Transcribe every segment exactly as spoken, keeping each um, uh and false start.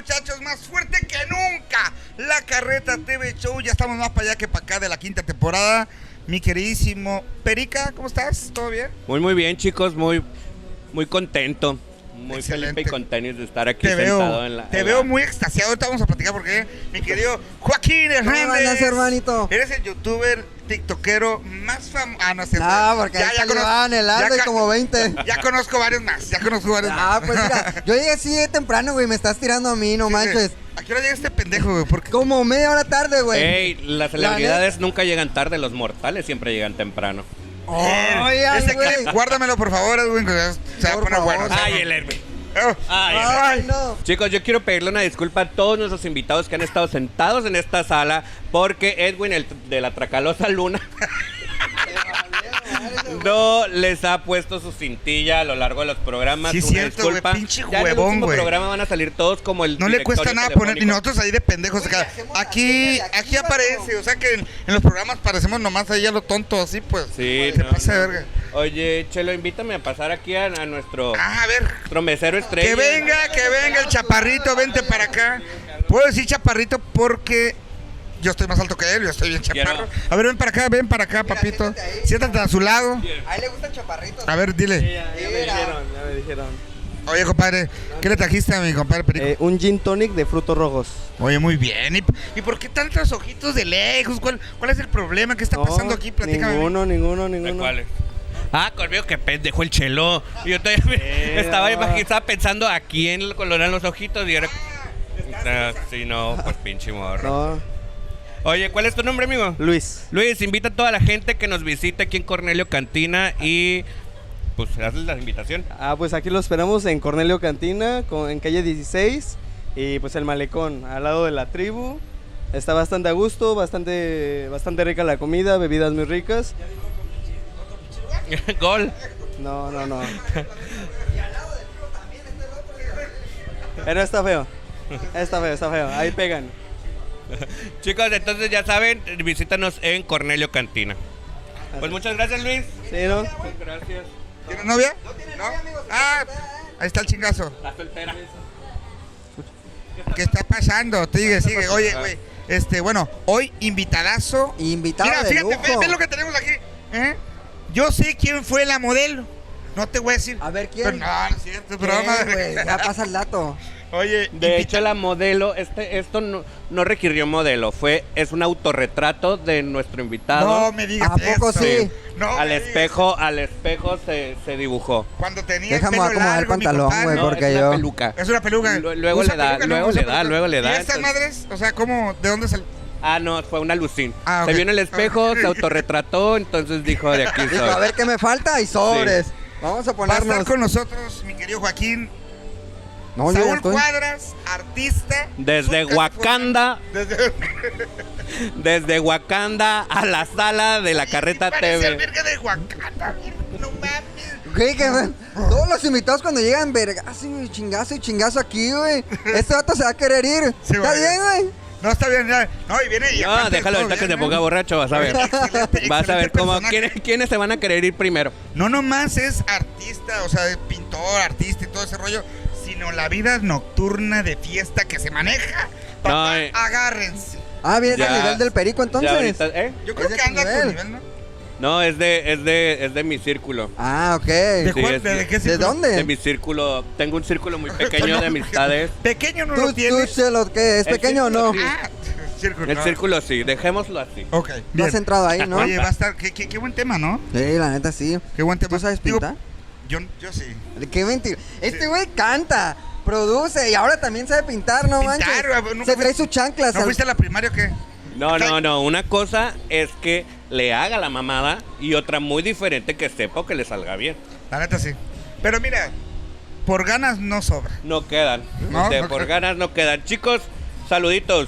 muchachos, más fuerte que nunca. La Carreta T V Show, ya estamos más para allá que para acá de la quinta temporada. Mi queridísimo Perica, ¿cómo estás? ¿Todo bien? Muy, muy bien, chicos, muy, muy contento. Muy Excelente. feliz y contento de estar aquí Te sentado veo, en la... te en veo la... muy extasiado. Ahorita vamos a platicar porque mi querido Joaquín Hernández. ¿Cómo andas, hermanito? Eres el youtuber tiktokero más famoso. Ah, no sé. No, porque ya, ahí ya salió conozco- Van, el Aldo ya y ca- como veinte. Ya conozco varios más. Ya conozco varios Ah, más. pues mira, yo llegué así de temprano, güey, me estás tirando a mí, no manches. ¿A qué hora llega este pendejo, güey? Porque Como media hora tarde, güey. Ey, las celebridades nunca llegan tarde, los mortales siempre llegan temprano. Oigan, ese güey. clip, guárdamelo, por favor, Edwin, que se va a Por poner favor. bueno. Ay, el Hermes. Oh. Ay, el- Ay, no. Chicos, yo quiero pedirle una disculpa a todos nuestros invitados que han estado sentados en esta sala porque Edwin, el de la Tracalosa Luna, no les ha puesto su cintilla a lo largo de los programas. Sí, es Una cierto, güey, disculpa. pinche Ya en el huevón, último güey. programa van a salir todos como el No le cuesta directorio nada poner, y telefónico. nosotros ahí de pendejos. acá. Aquí, aquí aparece, o sea que en, en los programas parecemos nomás ahí a lo tonto, así pues. Sí, se no, pasa de no. verga. Oye, Chelo, invítame a pasar aquí a, a nuestro, Ah, a ver, nuestro mesero estrella. que venga, que venga el chaparrito, vente para acá. Puedo decir chaparrito porque yo estoy más alto que él, yo estoy bien chaparro. A ver, ven para acá, ven para acá, papito. siéntate ahí. Siéntate a su lado. A él le gustan chaparritos. A ver, dile. Ya, ya me dijeron, ya me dijeron. Oye, compadre, ¿qué le trajiste a mi compadre Perico? Eh, un gin tonic de frutos rojos. Oye, muy bien. ¿Y, y por qué tantos ojitos de lejos? ¿Cuál, cuál es el problema? ¿Qué está No, pasando aquí? Platícame. Ninguno, ninguno, ¿De ninguno. cuáles? Ah, conmigo que pendejo el Chelo. Yo todavía me- Eh, estaba, no. imagi- estaba pensando a quién le coloran los ojitos y era... Ah, sí, no, pues pinche morro. No, Oye, ¿cuál es tu nombre, amigo? Luis. Luis, invita a toda la gente que nos visite aquí en Cornelio Cantina y pues hazles la invitación. Ah, pues aquí lo esperamos en Cornelio Cantina, con- en calle dieciséis. Y pues el malecón, al lado de la tribu. Está bastante a gusto, bastante, bastante rica la comida, bebidas muy ricas. Gol. No, no, no. Pero está feo. Está feo, está feo. Ahí pegan. Chicos, entonces ya saben, visítanos en Cornelio Cantina. Pues muchas gracias, Luis. Sí, ¿no? Gracias. ¿Tienes novia? ¿No? Ah, ahí está el chingazo. La soltera. ¿Qué está pasando? Sigue, sigue. Oye, güey. Este, bueno, hoy invitadazo. Invitado Mira, de fíjate, lujo. ve, ve lo que tenemos aquí. ¿Eh? Yo sé quién fue la modelo. No te voy a decir. A ver, ¿quién? Pero no, no es cierto, es ¿Qué, broma. güey? Ya pasa el dato. Oye, De invita- hecho, la modelo, este, esto no, no requirió modelo, fue, es un autorretrato de nuestro invitado. No me digas ¿A poco eso. sí? No al me digas. espejo, al espejo se, se dibujó. Cuando tenía Déjame el pelo acomodar el largo, mi pantalón, compadre. güey, No, porque es una yo- peluca. Es una peluca. Lu- luego ¿Usa le da, peluca? No, luego usa le da, peluca. luego le da, ¿Y estas entonces- madres? O sea, ¿cómo? ¿De dónde salió? Ah, no, fue una alucin. Ah, ok. Se vio en el espejo, Ah. se autorretrató, entonces dijo, de aquí Dijo, a soy. ver qué me falta y sobres. Vamos a Va a estar ponernos. con nosotros mi querido Joaquín. No, yo ya Saúl estoy. Cuadras, artista. Desde Su casa Wakanda, fue- Desde... desde Wakanda a la sala de la Carreta Parece el T V. verga de Wakanda, no mames. Güey, que ven, todos los invitados cuando llegan, vergazo y chingazo y chingazo aquí, güey. Este vato se va a querer ir. Sí, ¿Está güey. bien, güey? No, está bien, ya. No, y viene y No, aparte déjalo todo ahorita que bien, se ponga ¿eh? borracho, vas a ver. Excelente, Vas a excelente ver cómo, personaje. ¿quiénes, quiénes se van a querer ir primero. No nomás es artista, o sea, es pintor, artista y todo ese rollo, sino la vida nocturna de fiesta que se maneja. Papá, No, eh. agárrense. Ah, viene Ya. al nivel del perico Ya entonces. ahorita- ¿eh? Yo creo Es de que tu anda a tu nivel. nivel, ¿no? No, es de, es de, es de mi círculo. Ah, ok. ¿De, Sí, cuál- es- de- de qué ¿De círculo? dónde? De mi círculo, tengo un círculo muy pequeño de amistades. Pequeño no ¿Tú, lo tú, tienes. Chelo, qué? ¿Es El pequeño o no? círculo, Ah, círculo. El no. círculo sí, dejémoslo así. Ok, ¿No bien. has entrado ahí, no? Oye, va a estar, qué, qué, qué buen tema, ¿no? Sí, la neta sí. Qué buen tema. ¿Tú sabes Digo, pintar? yo, yo sí. Qué mentira. Este güey canta, produce y ahora también sabe pintar, no Pintar, manches. güey, ¿no Se fuiste- trae sus chanclas. ¿No al- fuiste a la primaria o qué? No, no, no. Una cosa es que le haga la mamada y otra muy diferente que sepa o que le salga bien. La neta sí. Pero mira, por ganas no sobra. No quedan. No, De no por quedan. ganas no quedan. Chicos, saluditos.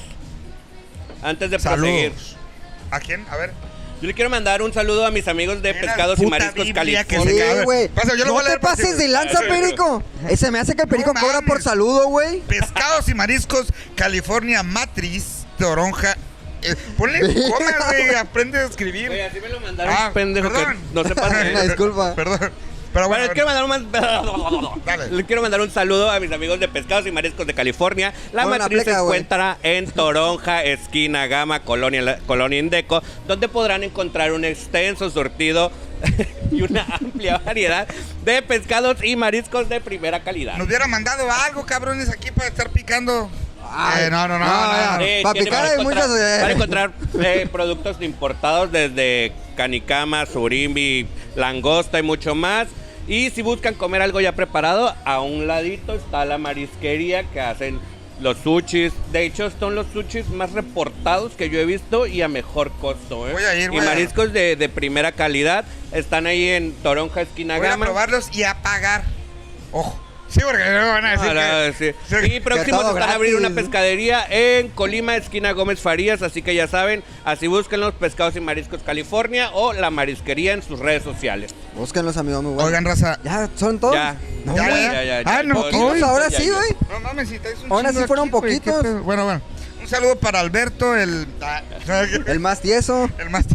Antes de proseguir. Saludos. ¿A quién? A ver. Yo le quiero mandar un saludo a mis amigos de Mira, Pescados y puta Mariscos Biblia que California. se Sí, cabe. güey. Pasa, yo lo No voy a te leer por pases ti. de lanza, Sí. perico. Eh, se me hace que el perico No cobra por mames. saludo, güey. Pescados y Mariscos, California, Matriz, Toronja. Eh, ponle comas, güey. Aprende a escribir. Oye, así me lo mandaron Ah, pendejo perdón. que no se pase. Una disculpa. Perdón. Pero Bueno, bueno, les quiero mandar un Dale. les quiero mandar un saludo a mis amigos de Pescados y Mariscos de California. La Pon una matriz se pleca, güey. encuentra en Toronja, esquina Gama, Colonia, Colonia Indeco, donde podrán encontrar un extenso surtido y una amplia variedad de pescados y mariscos de primera calidad. nos hubieran mandado algo, cabrones, aquí para estar picando. Ay, Eh, no, no, no, no, no. ya. Sí, Pa' tiene- picar van a hay encontrar- muchas, eh. Van a encontrar eh, productos importados desde canicama, surimi, langosta y mucho más. Y si buscan comer algo ya preparado, a un ladito está la marisquería que hacen los sushis. De hecho, son los sushis más reportados que yo he visto y a mejor costo. ¿eh? Voy a ir, y voy a- mariscos de, de primera calidad están ahí en Toronja, esquina Voy a Gama. probarlos y a pagar. Ojo. Sí, porque luego van a decir Ah, que... sí. sí. Y próximos todo están a abrir gratis. una pescadería en Colima, esquina Gómez Farías, así que ya saben, así busquen los Pescados y Mariscos California o la marisquería en sus redes sociales. Búsquenlos, amigos, muy buenos. Oigan, raza. ¿Ya son todos? Ya. No, Ya, güey. ya, ya, Ah, no, Poquitos, hoy. ahora ya, sí, ya. güey. No mames, si traes un Ahora chingo sí fueron aquí, güey, qué poquitos. pedo. Bueno, bueno. Un saludo para Alberto, el... ah, El más tieso. el más...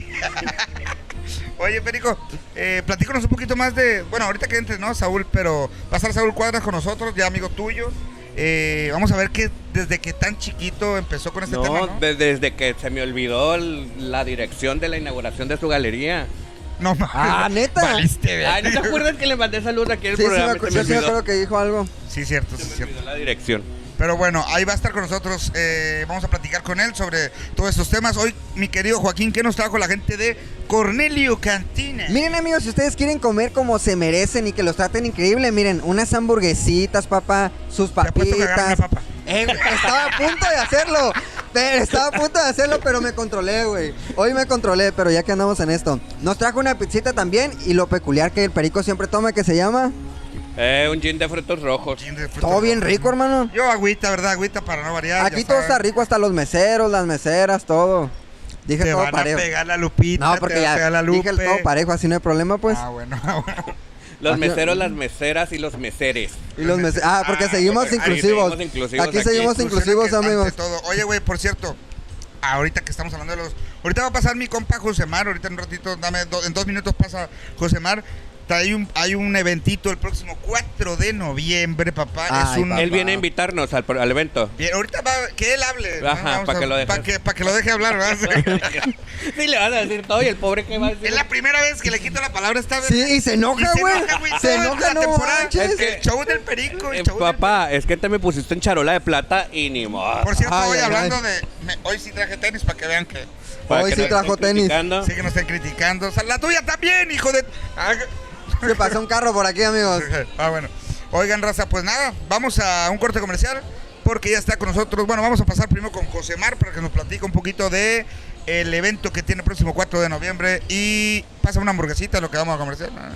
Oye, Perico, eh, platícanos un poquito más de... Bueno, ahorita que entres, ¿no, Saúl? Pero va a estar Saúl Cuadras con nosotros, ya amigo tuyo. Eh, vamos a ver que desde que tan chiquito empezó con este No, tema, ¿no? de- desde que se me olvidó el- la dirección de la inauguración de su galería. No mames. Ah, ¿neta? Valiste, verga. Ay, ¿no te acuerdas que le mandé saludos aquí en el Sí, sí, me programa? acu- Se yo sí me olvidó. acuerdo que dijo algo. Sí, cierto, sí, Se me cierto. olvidó la dirección. Pero bueno, ahí va a estar con nosotros. eh, vamos a platicar con él sobre todos estos temas. Hoy, mi querido Joaquín, ¿qué nos trajo la gente de Cornelio Cantina? Miren, amigos, si ustedes quieren comer como se merecen y que los traten increíble, miren, unas hamburguesitas, papá, sus Te apuesto que agarra papitas. una papa. Eh, estaba a punto de hacerlo. Pero estaba a punto de hacerlo, pero me controlé, güey. Hoy me controlé, pero ya que andamos en esto. Nos trajo una pizzita también y lo peculiar que el perico siempre toma, que se llama... Eh, un gin de frutos rojos. Gin de frutos Todo bien rojos. rico, hermano. Yo agüita, ¿verdad? Agüita para no variar. Aquí ya todo saben. está rico, hasta los meseros, las meseras, todo. Dije Te todo van parejo. a pegar la lupita. No, te porque va a ya pegar la dije el lupe. todo parejo, así no hay problema, pues. Ah, bueno, ah, bueno. Los Aquí- meseros, las meseras y los meseres. Y los meseros. Ah, porque Ah, seguimos porque- ahí inclusivos. seguimos inclusivos Aquí aquí. seguimos Inclusión inclusivos, ante amigos. todo. Oye, güey, por cierto, ahorita que estamos hablando de los... Ahorita va a pasar mi compa Josemar, ahorita en un ratito, dame do- en dos minutos pasa Josemar. Hay un, hay un eventito el próximo cuatro de noviembre, papá. Ay, es un... papá. Él viene a invitarnos al, al evento. Bien, ahorita va, que él hable. ¿no? Ajá, Vamos pa' a- que lo dejes. pa' que, pa' que lo deje hablar, ¿verdad? Sí, le van a decir todo y el pobre que va a decir. Es la primera vez que le quito la palabra esta vez. Sí, y se enoja, Y se güey. enoja, güey. Se toda enoja, la no temporada. manches. Es que- El show del perico. El Eh, show del- papá, es que te me pusiste en charola de plata y ni modo. Por cierto, Ay, hoy ay, hablando ay. de... me- hoy sí traje tenis para que vean que... Para Hoy que sí no trajo estén tenis. criticando. Sí que nos estén criticando. O sea, la tuya también, hijo de... Ah, Se pasó un carro por aquí, amigos. ah, bueno. Oigan, raza, pues nada, vamos a un corte comercial porque ya está con nosotros. Bueno, vamos a pasar primero con Josemar para que nos platique un poquito de el evento que tiene el próximo cuatro de noviembre y pasa una hamburguesita, lo que vamos a comercial. Ah.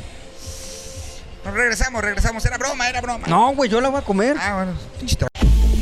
Nos regresamos, regresamos. Era broma, era broma. No, güey, yo la voy a comer. Ah, bueno. pinche tra-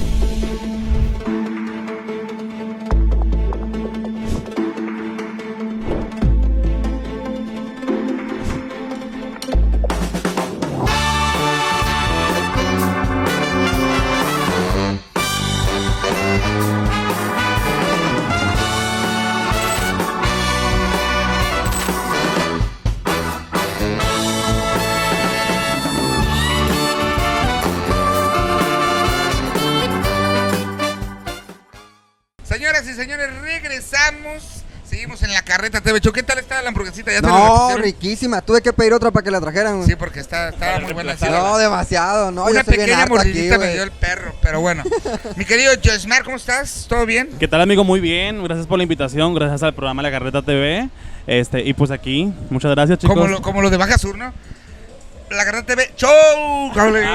Señoras y señores, regresamos. Seguimos en la carreta T V Show. ¿Qué tal está la hamburguesita? ¿Ya te la No, repusieron? riquísima. Tuve que pedir otra para que la trajeran, güey. Sí, porque está, estaba muy buena. sí, No, demasiado. No, Una yo estoy bien pequeña harto aquí, mordidita me güey. dio el perro, pero bueno. Mi querido Josmar, ¿cómo estás? ¿Todo bien? ¿Qué tal, amigo? Muy bien, gracias por la invitación, gracias al programa La Carreta T V. Este, y pues aquí, muchas gracias, chicos. Como lo, como lo de Baja Sur, ¿no? La Carreta T V Show. Como le-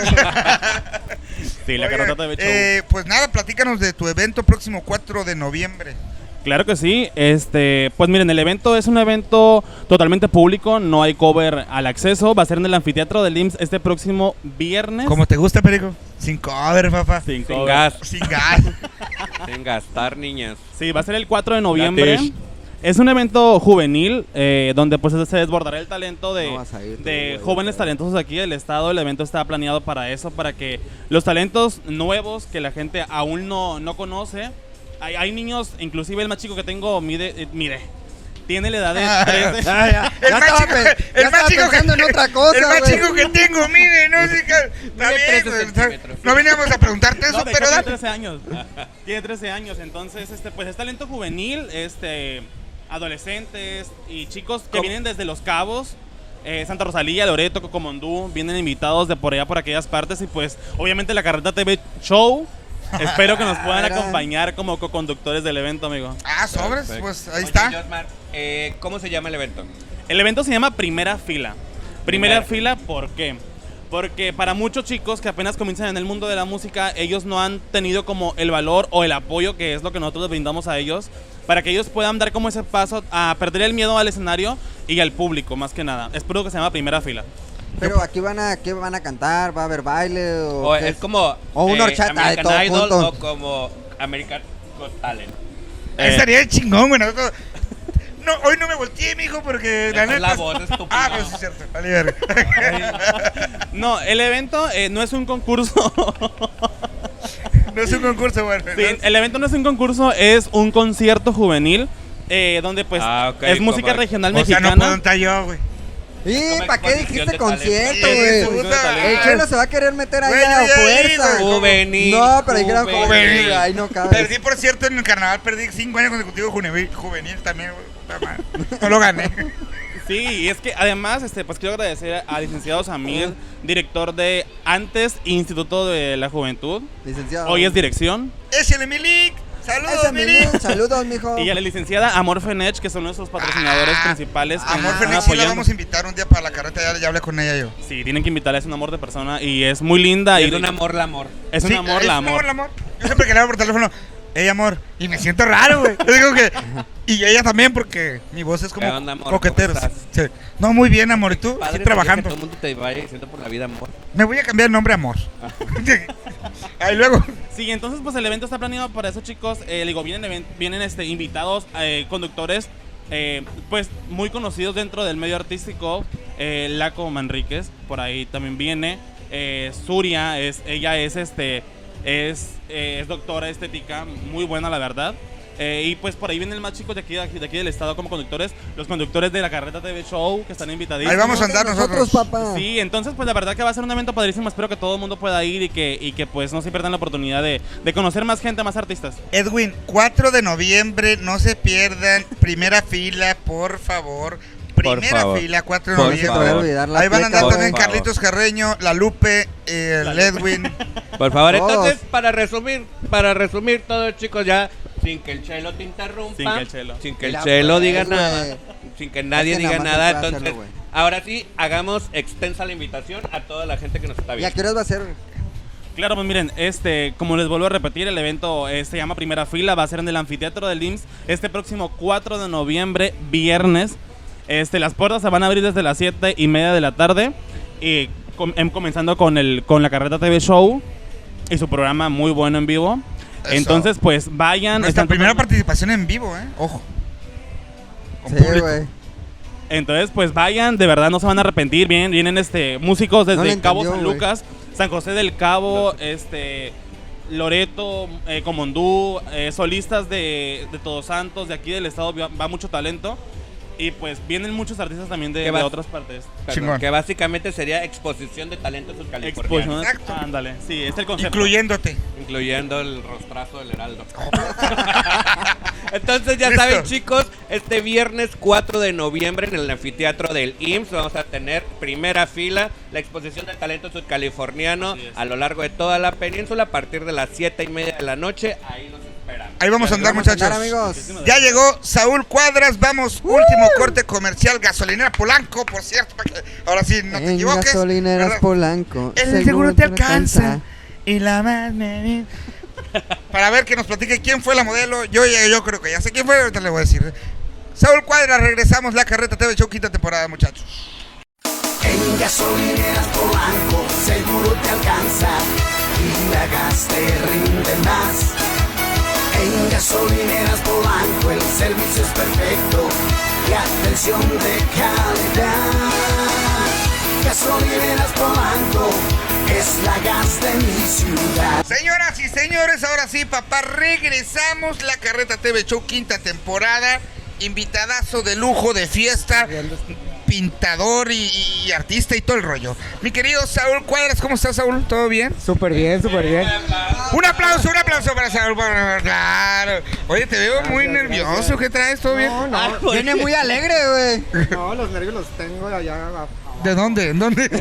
Sí, La Oye, Carreta T V Show. eh, pues nada, platícanos de tu evento próximo cuatro de noviembre. Claro que sí. Este, pues miren, el evento es un evento totalmente público, no hay cover al acceso, va a ser en el anfiteatro del I M S S este próximo viernes. ¿Cómo te gusta, Perico? Sin cover, papá. Sin Sin cover. gas, Sin gas. sin gastar, niñas. Sí, va a ser el cuatro de noviembre. Gratis. Es un evento juvenil eh, donde pues se desbordará el talento de, No vas a ir tú, de güey, jóvenes güey. talentosos aquí del estado. El evento está planeado para eso, para que los talentos nuevos que la gente aún no, no conoce. Hay, hay niños, inclusive el más chico que tengo mide, eh, mide tiene la edad de Ah, trece. Ya, ya. El Ya más estaba chico, pe- el ya más estaba chico que pensando en otra cosa, el más güey. chico que tengo, mide, no sé qué. Está Mide bien, trece güey, está- centímetros. no veníamos a preguntarte eso, No, de hecho, pero tiene dale. trece años. Tiene trece años, entonces este pues es talento juvenil, este adolescentes y chicos que ¿Cómo? vienen desde Los Cabos, eh, Santa Rosalía, Loreto, Cocomondú, vienen invitados de por allá por aquellas partes y pues obviamente la Carreta T V Show. Espero que nos puedan Mira. acompañar como co-conductores del evento, amigo. Ah, sobres, Perfecto. pues ahí Oye, está. Josmar, eh, ¿cómo se llama el evento? El evento se llama Primera Fila. Primera Primera. Fila, ¿por qué? Porque para muchos chicos que apenas comienzan en el mundo de la música, ellos no han tenido como el valor o el apoyo que es lo que nosotros les brindamos a ellos, para que ellos puedan dar como ese paso a perder el miedo al escenario y al público, más que nada. Es por eso que se llama Primera Fila. Pero aquí van a, ¿qué van a cantar? ¿Va a haber baile? ¿O, O qué es como O una horchata de American todo Idol junto. o como American Got Talent. Eh, Estaría chingón, güey. nosotros- No, hoy no me volteé, mijo, porque la Esa es neta. la voz, estúpido. Ah, pues sí, es cierto. Vale, verga. No, el evento eh, no es un concurso. No es un concurso, bueno. Sí, ¿no? el evento no es un concurso, es un concierto juvenil. eh, donde pues Ah, ok, es música como- regional O sea, mexicana. no puedo estar yo, güey. ¿Y Como para qué exposición dijiste de concierto, talento. Sí, güey? puta. El chelo se va a querer meter Güey, allá a yo ya fuerza. digo, Juvenil. No, pero dijeron juvenil. juvenil. Ahí no cabe. Perdí, por cierto, en el carnaval, perdí cinco años consecutivos juvenil, juvenil también, güey. Puta madre. No lo gané. Sí, y es que además, este, pues quiero agradecer al licenciado Samir, director de antes Instituto de la Juventud, Licenciado. hoy es dirección, Échale, Milik. Saludos, Ese Milik. Milik, saludos, mijo. y a la licenciada Amor Fenech, que son nuestros patrocinadores Ah, principales. que Amor nos están Fenech, sí la apoyando. vamos a invitar un día para la carreta, ya, ya hablé con ella yo. Sí, tienen que invitarla, es un amor de persona y es muy linda. Y y es un amor, la amor. Es un Sí, amor, es la un amor. la amor. Yo siempre que le hablo por teléfono, hey, amor, y me siento raro, güey. Yo digo que. Y ella también, porque mi voz es como ¿Qué onda, amor? coquetero. ¿Cómo Sí. No, muy bien, amor. ¿Y tú? Padre, Sí, trabajando. Que todo el mundo te vaya diciendo por la vida, amor. Me voy a cambiar el nombre a Amor. Ahí luego. Sí, entonces pues el evento está planeado para eso, chicos. Eh, digo, vienen, even- vienen este, invitados, eh, conductores, eh, pues muy conocidos dentro del medio artístico. Eh, Laco Manríquez, por ahí también viene. Eh, Suria, es, ella es, este, es, eh, es doctora estética, muy buena la verdad. Eh, y pues por ahí vienen más chicos de aquí, de aquí, de aquí del estado como conductores, los conductores de la Carreta T V Show que están invitadísimos. Ahí vamos a andar nosotros. papá. Sí, entonces pues la verdad que va a ser un evento padrísimo, espero que todo el mundo pueda ir y que, y que pues no se pierdan la oportunidad de, de conocer más gente, más artistas. Edwin, cuatro de noviembre, no se pierdan. Primera fila, por favor. Primera favor. fila, cuatro de Por No se te noviembre. vaya a favor. olvidar la Ahí van a andar pleca, también güey. Por favor. Carlitos Carreño, la Lupe, eh, el Edwin. Por favor, Todos. entonces, para resumir, para resumir todo, chicos, ya, sin que el chelo te interrumpa. Sin que el chelo. Sin que el Mira, chelo pues, diga güey. nada. Sin que nadie Es que diga nada más nada. él puede Entonces, hacerlo, güey. ahora sí, hagamos extensa la invitación a toda la gente que nos está ¿Y a viendo. qué horas va a ser? Claro, pues miren, este, como les vuelvo a repetir, el evento eh, se llama Primera Fila, va a ser en el anfiteatro del I M S S este próximo cuatro de noviembre, viernes. Este, las puertas se van a abrir desde las siete y media de la tarde y com- em- comenzando con el con la Carreta T V Show y su programa muy bueno en vivo. Eso. Entonces, pues vayan. Nuestra están primera total- participación en vivo, ¿eh? Ojo. Con Sí, público. güey. Entonces, pues vayan, de verdad no se van a arrepentir. Vienen, vienen este, músicos No desde le Cabo entendió, San güey. Lucas, San José del Cabo, este, Loreto, eh, Comondú, eh, solistas de, de Todos Santos, de aquí del estado, va, va mucho talento. Y pues vienen muchos artistas también de, ¿Qué de va? otras partes. Perdón, Chingón. que básicamente sería exposición de talentos subcalifornianos, Exposición. Exacto. Ándale, sí, es el concepto. Incluyéndote. incluyendo el rostrazo del Heraldo. Entonces ya Listo. saben, chicos, este viernes cuatro de noviembre en el anfiteatro del I M S S vamos a tener primera fila, la exposición del talento sudcaliforniano Así es. a lo largo de toda la península a partir de las siete y media de la noche. Ahí nos esperamos. Ahí vamos a andar, Vamos a muchachos. andar, amigos. Muchísimas Ya llegó Saúl Cuadras, vamos, último corte comercial, gasolinera Polanco, por cierto, para que ahora sí no te En equivoques. gasolineras ¿verdad? Polanco. El seguro te alcanza y la más me... Para ver que nos platique quién fue la modelo, yo, ya- yo creo que ya sé quién fue, ahorita le voy a decir. Saúl Cuadras, regresamos, La Carreta T V Show, quinta temporada, muchachos. En gasolineras Polanco seguro te alcanza y la gas te rinde más. En gasolineras Polanco el servicio es perfecto y atención de calidad. Gasolineras Polanco es la gas de mi ciudad. Señoras y señores, ahora sí, papá, regresamos, La Carreta T V Show, quinta temporada. invitadazo de lujo, de fiesta, pintador y, y artista y todo el rollo. Mi querido Saúl Cuadras, ¿cómo estás, Saúl? ¿Todo bien? Súper bien, súper bien. Un aplauso, un aplauso para Saúl. Claro. Oye, te veo muy Gracias, nervioso. gracias. ¿Qué traes? ¿Todo bien? No, Ah, no, viene muy alegre, güey. no, los nervios los tengo allá abajo. ¿De dónde? ¿En dónde?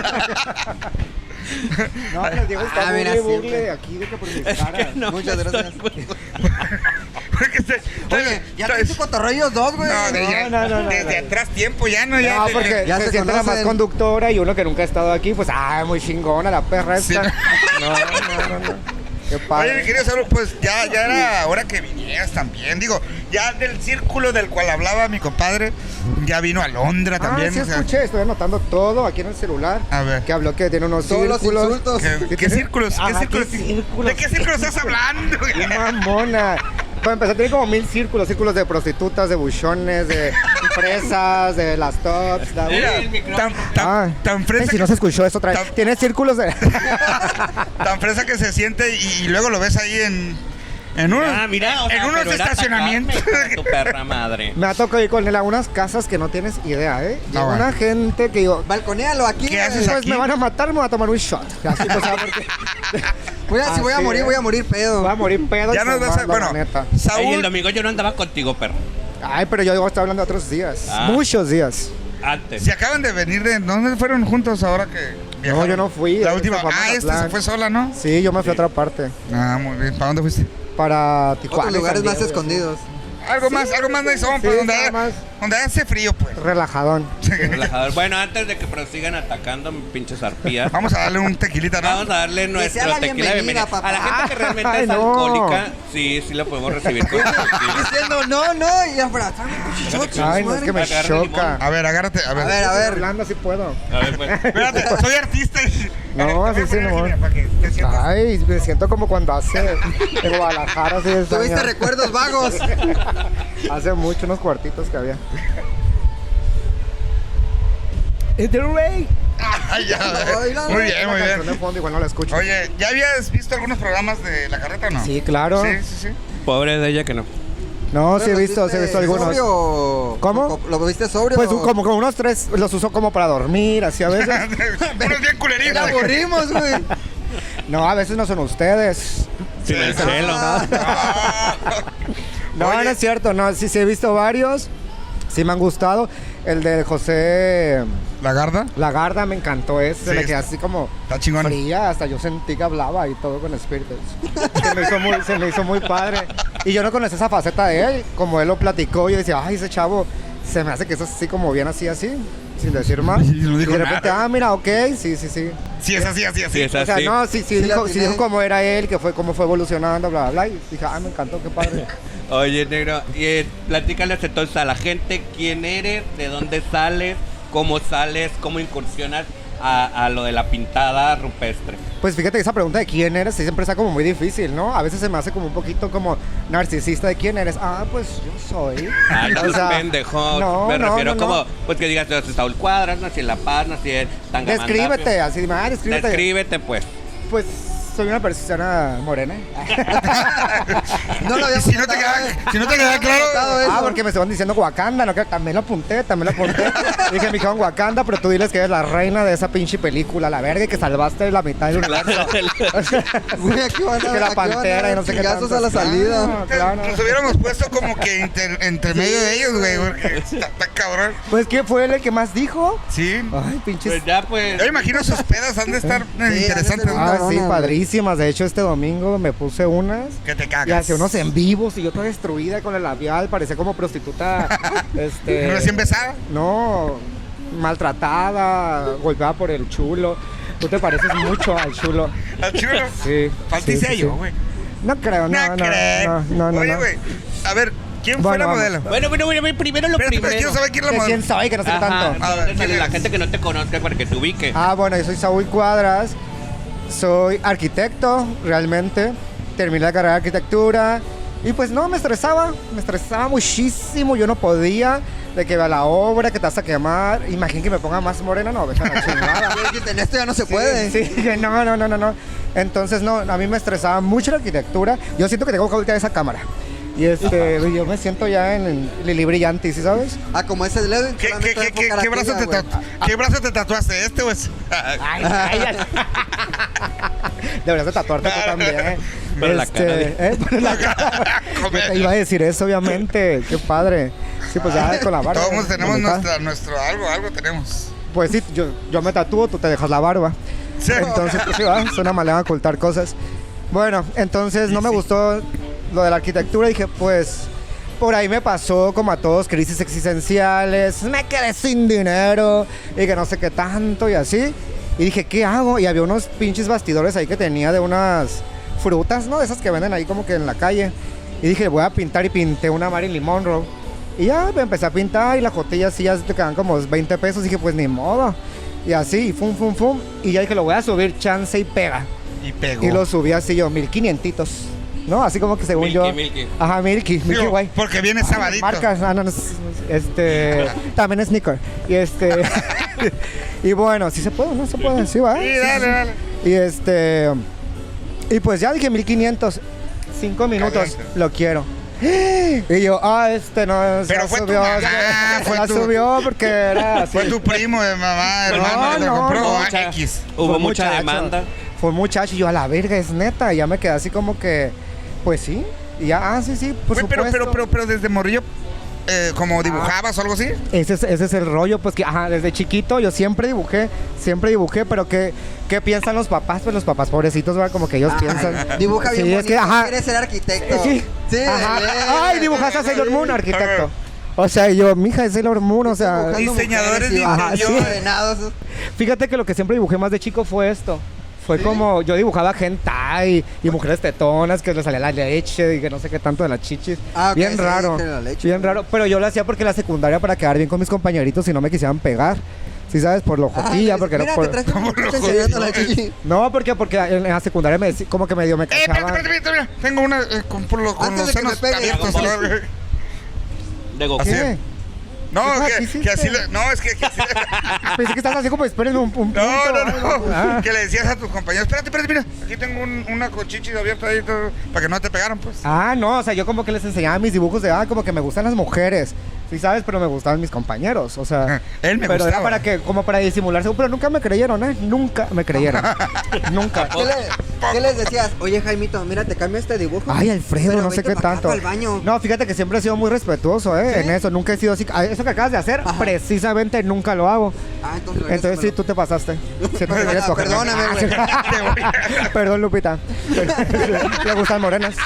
No, les digo, está Ah, mira, burle, burle siempre. aquí de que por mis caras. No, Muchas gracias. Porque se- Oye, ya traes tu cotorreo dos, güey. No, de- ya- No, no, no, desde no. atrás tiempo ya, ¿no? Ya No, de- porque Ya se se siente la más conocen. conductora y uno que nunca ha estado aquí, pues, ah, muy chingona la perra esta. Sí. No, no, no, no. Qué Oye, mi padre. querido Saúl, pues ya, ya era hora que vinieras también. Digo, ya del círculo del cual hablaba mi compadre, ya vino Alondra también. Ah, sí o sea, escuché, estoy anotando todo aquí en el celular. A ver. Que habló que tiene unos Todos los círculos. insultos. ¿Qué, qué círculos? ¿Qué Ajá, círculos? ¿qué círculos? ¿De qué círculos estás hablando? ¡Qué mamona! Para empezar, tiene como mil círculos. Círculos de prostitutas, de buchones, de fresas, de las tops. La... Mira, tan, tan, Ah, tan ay, fresa si no que, se escuchó eso otra vez. tan- Tiene círculos de... tan fresa que se siente y, y luego lo ves ahí en, en, unos, Ah, mira, o sea, en unos pero era estacionamientos. atacarme, hijo de tu perra madre. Me ha tocado ir con él a unas casas que no tienes idea, ¿eh? Ah, Llega bueno. una gente que yo... Balconéalo aquí. ¿Qué güey. haces Pues aquí? me van a matar, me voy a tomar un shot. Así, pues, ¿sabes? Porque Voy a, si voy a Así morir, es. voy a morir pedo. voy a morir pedo. y Ya nos vas a. fumando, Bueno, la neta. Ey, el Saúl. domingo yo no andaba contigo, perro. Ay, pero yo digo, estoy hablando de otros días. Ah. Muchos días. Antes. Se acaban de venir de. ¿Dónde fueron juntos ahora que viajaron? yo no fui, La esta última. fue a Ah, esta Mazatlán. se fue sola, ¿no? Sí, yo me fui a otra parte. Ah, muy bien. ¿Para dónde fuiste? Para Tijuana. Otros y lugares San más Diego, escondidos. Algo más, algo más nice, pues, Sí, donde, nada haya- más. donde hace frío, pues. Relajadón. Relajador. Bueno, antes de que prosigan atacando mi pinches arpías, Vamos a darle un tequilita, ¿no? vamos a darle sea nuestro la tequila de bienvenida, bienvenida. papá. A la gente que realmente Ay, es no. alcohólica, sí, sí la podemos recibir con tequila. Diciendo no, no, y abrazando. Ay, no, es que me Agarra choca. A ver, agárrate, a ver. A ver, a Estoy ver. hablando así puedo. A ver, pues. Espérate, soy artista. y- No, A ver, así sí, ponle no. aquí, mira, para que te sientas. Ay, me siento como cuando hace en Guadalajara hace diez Tuviste años. recuerdos vagos. Hace mucho, unos cuartitos que había. It's the Ray. Ay, ya, Ay, no, muy bien, Una muy canción bien. de fondo, igual no la escucho. Oye, ¿ya habías visto algunos programas de La Carreta o no? Sí, claro. Sí, sí, sí. Pobre de ella que no. No, sí he ¿Los visto, sí he viste visto algunos. sobrio o- ¿Cómo? o- ¿Lo viste sobrio? Pues o- como, como unos tres los uso como para dormir, así a veces. Unos bien culeritos. Te aburrimos, güey. No, a veces no son ustedes. Sin el celo. Ah. No, Oye. no es cierto, no, sí, sí he visto varios. Sí me han gustado. El de José ¿La Garda? Lagarda me encantó ese. Sí, me quedé está- así como Está chingón. fría, hasta yo sentí que hablaba y todo con espíritus. Se me hizo muy, se me hizo muy padre. Y yo no conocía esa faceta de él. Como él lo platicó, yo decía, ay, ese chavo se me hace que es así como bien así, así, sin decir más. Y no dijo y de repente, nada. ah, mira, ok, sí, sí, sí. Sí, es así, así, así. Sí, es O sea, así. no, sí, sí, Sí, dijo, la sí atiné. dijo cómo era él, que fue cómo fue evolucionando, bla, bla, bla. Y dije, ah, me encantó, qué padre. Oye, negro, y, eh, platícales entonces a la gente quién eres, de dónde sales, cómo sales, cómo incursionas a, a lo de la pintada rupestre. Pues fíjate que esa pregunta de quién eres siempre está como muy difícil, ¿no? A veces se me hace como un poquito como narcisista de quién eres. Ah, pues yo soy. Ay, no O seas sea, pendejo. no, Me no, refiero no, no. como, pues que digas, yo soy Saúl Cuadras, nací en La Paz, nací en Tangamandapio. Descríbete, así, dime, ah, descríbete. Descríbete, pues. Pues soy una persona morena. No lo había Y si no te apuntado, queda, eh. si no te queda Notado claro. eso. Ah, porque me estaban diciendo Wakanda, ¿no? Que también lo apunté, también lo apunté. Dije, me dijeron Wakanda, pero tú diles que eres la reina de esa pinche película, la verga, y que salvaste la mitad del universo. Güey, aquí van a Que la aquí van a pantera dar y no sé qué chingazos tanto. a la salida. Claro, claro. Nos hubiéramos puesto como que inter- entre medio de ellos, güey, porque está, está cabrón. Pues, ¿qué fue él el que más dijo? Sí. Ay, pinches. Pues ya, pues. Yo imagino sus pedas han de estar eh, han de interesantes. ser ¿no? Ah, cabrona, sí, güey. padrísimas. De hecho, este domingo me puse unas. Que te Y cagas. hacía unos en vivos y yo toda destruida con el labial, parecía como prostituta. este, Recién besada. No, maltratada, golpeada por el chulo. Tú te pareces mucho al chulo. Al chulo. Sí. Falta sí, y sí, sello, sí. güey. No creo, no, No no, creo. no, no, no, Oye, no. güey. A ver, ¿quién fue Bueno, la vamos. modelo? Bueno, bueno, bueno, primero lo Espérate, pero primero. quiero saber quién es la ¿De modelo. quién sabe que no sé qué Ajá, tanto? A ver, ¿dónde sale ¿quién la es? gente que no te conozca para que te ubique. Ah, bueno, yo soy Saúl Cuadras, soy arquitecto, realmente. Terminé la carrera de arquitectura y pues no, me estresaba, me estresaba muchísimo. Yo no podía de que vea la obra, que te vas a quemar. Imagín que me ponga más morena, no, deja la chingada. Güey, dijiste, en esto ya no se puede. Sí, sí, que no, no, no, no, no. Entonces, no, a mí me estresaba mucho la arquitectura. Yo siento que tengo que voltear esa cámara. Y este, yo me siento ya en, en Lili Brillante, ¿sí sabes? Ah, como ese Lewin. ¿Qué, solamente qué, qué, enfoca qué, la qué brazo tía, te güey. tatu- ¿Qué brazo te tatuaste? ¿Este o ese? Ay, ay, deberías de tatuarte tú también. ¿eh? Pero la cara de- ¿eh? Pero la cara. Yo te iba a decir eso, obviamente. Qué padre. Sí, pues ya con la barba. Todos tenemos la mitad. nuestra, nuestro algo, algo tenemos. Pues sí, yo, yo me tatúo, tú te dejas la barba. Sí. Entonces, pues sí, va, es una manera de ocultar cosas. Bueno, entonces no me gustó lo de la arquitectura. Dije, pues, por ahí me pasó como a todos, crisis existenciales. Me quedé sin dinero y que no sé qué tanto y así. Y dije, ¿qué hago? Y había unos pinches bastidores ahí que tenía de unas frutas, ¿no? De esas que venden ahí como que en la calle. Y dije, voy a pintar y pinté una Marilyn Monroe. Y ya me empecé a pintar y las jotillas sí ya te quedan como veinte pesos. Y dije, pues ni modo. Y así, y fum, fum, fum. Y ya dije, lo voy a subir, chance y pega. Y pegó. Y lo subí así yo, mil quinientitos. ¿No? Así como que según Milky, yo. Milky. Ajá, Milky, Milky Digo, Way. porque viene sabadito. Marcas, ah, no, no, es- este. También es sneaker. Y este. Y bueno, sí se puede, ¿no? Se puede, sí va. Sí, Sí, dale, sí. dale. Y este. Y pues ya dije mil quinientos. Cinco minutos, Caliente. lo quiero. Y yo, ah, este no. se Pero fue tu subió, mamá, se- fue la tu- subió porque era así. Fue tu primo de mamá, hermano, que te no, compró no, ah, mucha- X. Hubo Fue mucha muchacho. demanda. Fue un muchacho y yo a la verga, es neta. Y ya me quedé así como que, pues sí. Y ya, ah, sí, sí, por Güey, pero, supuesto. pero, pero, pero desde morrillo, eh, como dibujabas o algo así. Ese es, ese es el rollo, pues que, ajá, desde chiquito yo siempre dibujé, siempre dibujé, pero ¿qué, qué piensan los papás? Pues los papás pobrecitos, ¿verdad? Como que ellos Ah, piensan. Dibuja bien Sí, bonito. es que, ajá. Quieres ser arquitecto. Sí, Sí. ajá. eh, Ay, eh, dibujaste a eh, Sailor Moon, eh, arquitecto. O sea, y yo, mija, es Sailor Moon, o sea. dibujando Diseñadores mujeres y de ajá, interior. sí, venados. Fíjate que lo que siempre dibujé más de chico fue esto. Fue como, yo dibujaba hentai y mujeres tetonas que les salía la leche y que no sé qué tanto de las chichis. Ah, ok, bien sí, raro, que la leche. bien raro. Pero yo lo hacía porque la secundaria para quedar bien con mis compañeritos y no me quisieran pegar. ¿Sí sabes? Por lo jotilla, Ah, porque mira, no por... te traje un ¿Cómo muchacho lo enseñando la jodiste? chichi. No, porque, porque en la secundaria me decí- como que medio me Eh, espérate, cachaban. espérate, espérate, espérate. Tengo una eh, con, por lo- con Antes los de que me senos pegue. abiertos. Dragon Ball. ¿no? De Goku. Así. ¿Qué? No, ¿Qué que, hiciste? que así le- no, es que, que así le- Pensé que estabas así como, espérenme un, un punto. No, no, no. Ah. Que le decías a tus compañeros, espérate, espérate, mira, aquí tengo un, una con chichis abierta ahí todo, para que no te pegaran, pues. Ah, no, o sea, yo como que les enseñaba mis dibujos de, ah, como que me gustan las mujeres. Sí, sabes, pero me gustaban mis compañeros, o sea. Él me pero gustaba. era para que, como para disimularse, pero nunca me creyeron, ¿eh? Nunca me creyeron. Nunca. ¿Qué, le- qué les decías? Oye, Jaimito, mira, te cambio este dibujo. Ay, Alfredo, Pero no sé vente qué pa' acá, tanto. pa'l baño. No, fíjate que siempre he sido muy respetuoso, ¿eh? ¿Sí? En eso, nunca he sido así. Ah, eso que acabas de hacer, Ajá. precisamente nunca lo hago. Ah, entonces, Entonces sí, regrésamelo. tú te pasaste. Siento que Perdona, quieres cogerme. perdóname, güey. Te voy a- Perdón, Lupita. Le gustan morenas.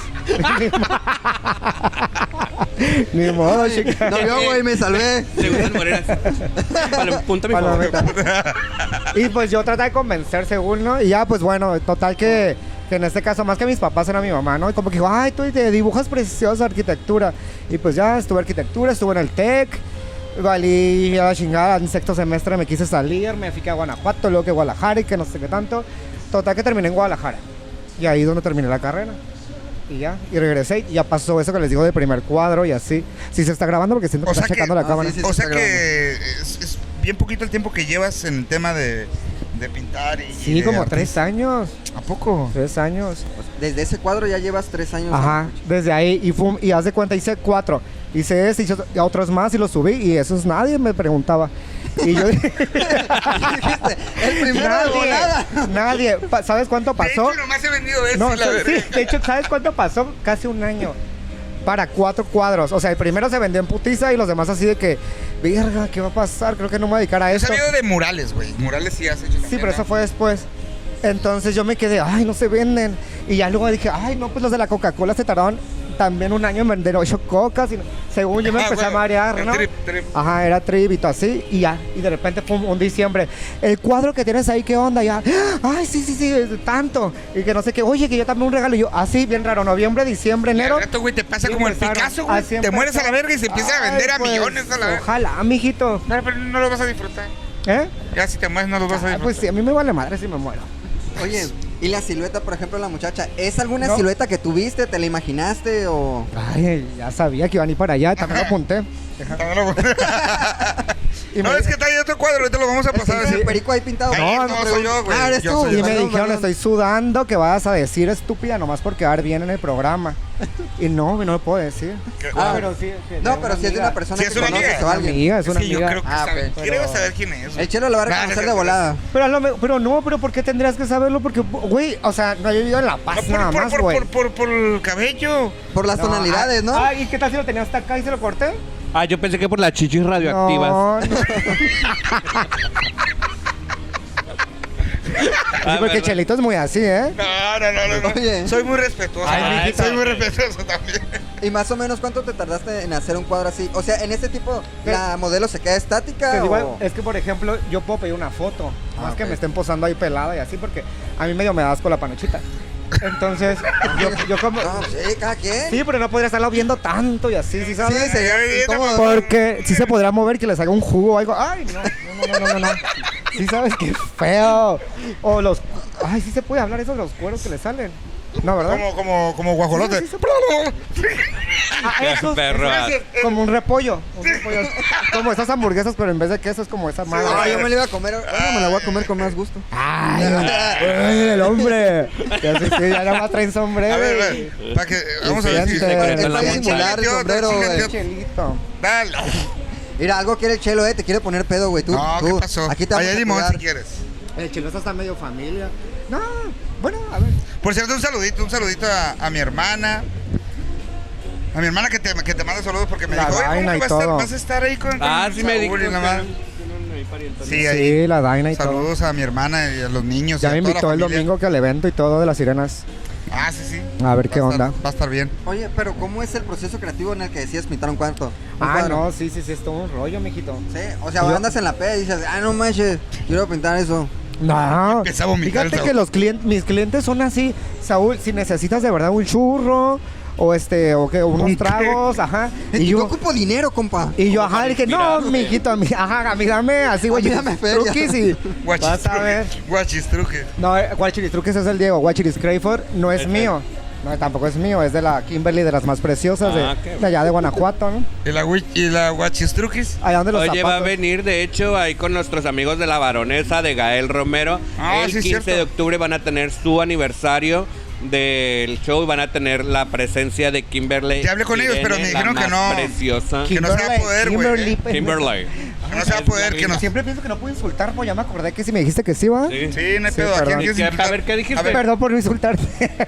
Ni modo, chica. No vio, güey, me salvé. Le gustan morenas. Para punto mi favor. Palomita. Y pues yo traté de convencer según, ¿no? Y ya, pues bueno, total que, que en este caso, más que mis papás, era mi mamá, ¿no? Y como que dijo, ay, tú te dibujas preciosa arquitectura. Y pues ya estuve arquitectura, estuve en el TEC. Valí a la chingada, en sexto semestre me quise salir, me fui que a Guanajuato, luego que a Guadalajara y que no sé qué tanto. Total que terminé en Guadalajara. Y ahí es donde terminé la carrera. Y ya, y regresé y ya pasó eso que les digo de primer cuadro y así. Sí se está grabando porque siento que O está sea que- checando la Ah, cámara. sí, sí. O sea está que es, es bien poquito el tiempo que llevas en el tema de, de pintar y. Sí, y de como artista. tres años. ¿A poco? Tres años. Desde ese cuadro ya llevas tres años. Ajá, desde ahí. Y, fum, y haz de cuenta, hice cuatro. Hice ese, hice otros más y los subí. Y esos nadie me preguntaba. Y yo dije, Dijiste, el primero de volada. nadie, nadie. Pa- ¿Sabes cuánto De pasó? hecho, nomás he vendido ese, No, la sí, verdad. de hecho, ¿sabes cuánto pasó? Casi un año. Para cuatro cuadros. O sea, el primero se vendió en putiza y los demás así de que, verga, ¿qué va a pasar? Creo que no me voy a dedicar a He esto. sabido de murales, güey. Murales sí has hecho también, Sí, pero ¿no? eso fue después. Entonces yo me quedé, ay, no se venden. Y ya luego dije, ay, no, pues los de la Coca-Cola se tardaron también un año en vender ocho cocas. Y según yo me Ah, empecé güey, a marear, el ¿no? trip, trip. Ajá, era trip y todo así. Y ya, y de repente fue un, un diciembre. El cuadro que tienes ahí, ¿qué onda? Ya, ay, sí, sí, sí, es tanto. Y que no sé qué, oye, que yo también un regalo. Y yo, así, bien raro, noviembre, diciembre, Y al enero. rato, güey, te pasa Y como el empezaron, Picasso, güey. así Te mueres a la empezaron. verga y se empieza a vender Ay, a pues, millones a la verga. Ojalá, mijito. No, pero no lo vas a disfrutar. ¿Eh? Ya si te mueres no lo vas a Ah, disfrutar. pues sí, a mí me vale madre si me muero. Oye, ¿y la silueta, por ejemplo, de la muchacha? ¿Es alguna No. silueta que tuviste? ¿Te la imaginaste o...? Ay, ya sabía que iban a ir para allá, también lo apunté. También lo- Y no, me- es que está ahí otro cuadro, ahorita lo vamos a Es que pasar dice así. el perico ahí pintado. Ay, No, no, no, soy yo, güey. Ah, eres Yo tú. soy Y yo. me Perdón, dijeron, perdón. estoy sudando que vas a decir estúpida nomás por quedar bien en el programa. Y no, no lo puedo decir. Ah, pero sí. que No, de pero si es de una persona Sí, que es una conoces amiga. o alguien. amiga, es una Es que yo amiga. creo que Ah, sabe- ok. quiero saber quién es. El chelo lo va a Nah, reconocer no, de volada. Pero, a lo me- pero no, pero ¿por qué tendrías que saberlo? Porque, güey, o sea, no he vivido en La Paz No, por, nada por, más, por, güey. por, por, por el cabello. Por las tonalidades, ¿no? Ah, ¿y qué tal si lo tenía hasta acá y se lo corté? Ah, yo pensé que por las chichis radioactivas. No, no. Ah, Sí, porque ¿verdad? Chelito es muy así, ¿eh? No, no, no, no. no. Oye. Soy muy respetuoso. Ay, Ay, mijita. soy muy respetuoso también. ¿Y más o menos cuánto te tardaste en hacer un cuadro así? O sea, en este tipo, ¿Qué? ¿la modelo se queda estática Pues o...? igual, es que, por ejemplo, yo puedo pedir una foto. Ah, Más que ok. me estén posando ahí pelada y así, porque a mí medio me da asco la panochita. Entonces, yo, yo como... No, sí, cada quien. Sí, pero no podría estarlo viendo tanto y así, ¿sí Sí, sabes? sería Ay, incómodo. Porque sí se podrá mover que les haga un jugo o algo. Ay, no, no, no, no, no, no. Sí sabes qué feo. O los... Ay, sí se puede hablar eso de los cueros que le salen. No, ¿verdad? Como, como, como guajolote. Sí, sí, sí. Ah, esos- Perro. esos- como un repollo. Un repollo. Como esas hamburguesas, pero en vez de queso es como esa madre. Ah, yo me la iba a comer. Bueno, me la voy a comer con más gusto. Ay, ay, el hombre. Ya sí, sí, ya nada más traen sombrero. A ver, a y- ver. Para que, vamos a ver si Siente. secreto en la Es para montaña. disimular el Yo, sombrero, yo, güey. yo. Chelito. Dale. Mira, algo quiere el chelo, eh. Te quiere poner pedo, güey. Tú, No, ¿qué tú. pasó? Aquí te Ahí vamos hay a limón cuidar. si quieres. El chelo está medio familia. No, bueno, a ver. Por cierto, un saludito, un saludito a, a mi hermana. A mi hermana que te, que te manda saludos porque me La dijo, oye, ¿cómo vaina que y vas a, estar, todo. vas a estar ahí con, con Ah, sí me Saúl dijo. y la madre? Sí. Sí, ahí. Sí, la Daina y todo. Saludos a mi hermana y a los niños. Ya y me a toda la invitó el familia. domingo que al evento y todo de las sirenas. Ah, sí, sí. A ver qué Va a estar- onda. Va a estar bien. Oye, pero ¿cómo es el proceso creativo en el que decías pintar un cuarto? Un Ah, cuadro. no, sí, sí, sí, es todo un rollo, mijito. Sí, o sea, Yo- andas en la peda y dices, ah, no manches, quiero pintar eso. No, Empieza a vomitar el fíjate Saúl. que los clientes, mis clientes son así, Saúl, si necesitas de verdad un churro o este, o que unos ¿Un qué? tragos, ajá. Y Y yo yo, ocupo dinero, compa. y yo, ajá, le dije, no, mijito, a mí, ajá, a mí dame así, güey, A mí dame feria. truquis y vas a ver. Guachistruque. No, eh, Guachiris Truques es el Diego, Guachiris Crayford no es Ese. mío. No, tampoco es mío, es de la Kimberly, de las más preciosas, Ah, de, qué de allá de Guanajuato, ¿no? ¿Y la, wi- y la guachistruquis? Allá donde los Oye, va a zapatos. venir, de hecho, ahí con nuestros amigos de la Baronesa, de Gael Romero. Ah, el sí, quince cierto. de octubre van a tener su aniversario del show y van a tener la presencia de Kimberly. Ya hablé con ellos, pero me Irene, la dijeron que más no. preciosa. Que no se va a poder, güey. Kimberly, ¿eh? Kimberly. Que no se va a poder, que no. Siempre pienso que no puedo insultar, pues ya me acordé que si me dijiste que sí, ¿va? Sí. Sí, no hay Sí, pedo. ¿A quién perdón. quieres ¿Y qué? invitar? A ver, ¿qué dijiste? A ver, Perdón por no insultarte.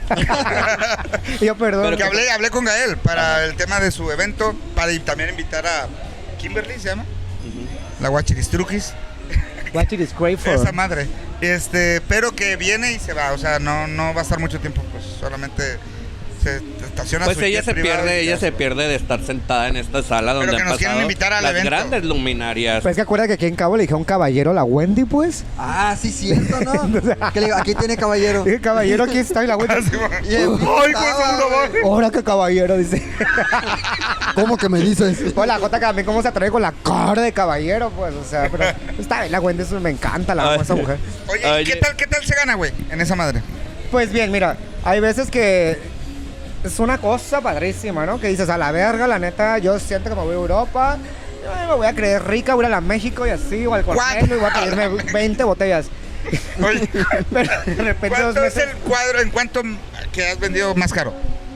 Yo perdón. Pero que hablé, hablé con Gael para el tema de su evento, para y también invitar a Kimberly, ¿se llama? La guachiristruquis. Guachiris Crayford. Esa madre. Este, pero que viene y se va, o sea, no, no va a estar mucho tiempo, pues solamente se estaciona Pues su ella jet se privado pierde, y ella ya. se pierde de estar sentada en esta sala donde que han nos quieren pasado invitar al las evento. grandes luminarias. Pues es que acuerda que aquí en Cabo le dije a un caballero, la Wendy, pues. Ah, sí, cierto, ¿no? Que le digo, aquí tiene caballero. Dije, caballero, aquí está y la Wendy. Así va. Y el- Ay, hijo de su puta madre. Ahora que caballero, dice. ¿Cómo que me dices? Pues la Jota también cómo se atreve con la cara de caballero, pues, o sea, pero está bien, la Wendy, eso me encanta, la amo, esa mujer. Oye, ¿y Oye. ¿qué tal, qué tal se gana, güey, en esa madre? Pues bien, mira, hay veces que es una cosa padrísima, ¿no? Que dices, a la verga, la neta, yo siento que me voy a Europa, yo me voy a creer rica, voy a ir a la México y así, o al Cornelio, y voy a pedirme veinte botellas. Oye, Pero de repente dos ¿cuánto es meses... el cuadro? ¿En cuánto que has vendido más caro?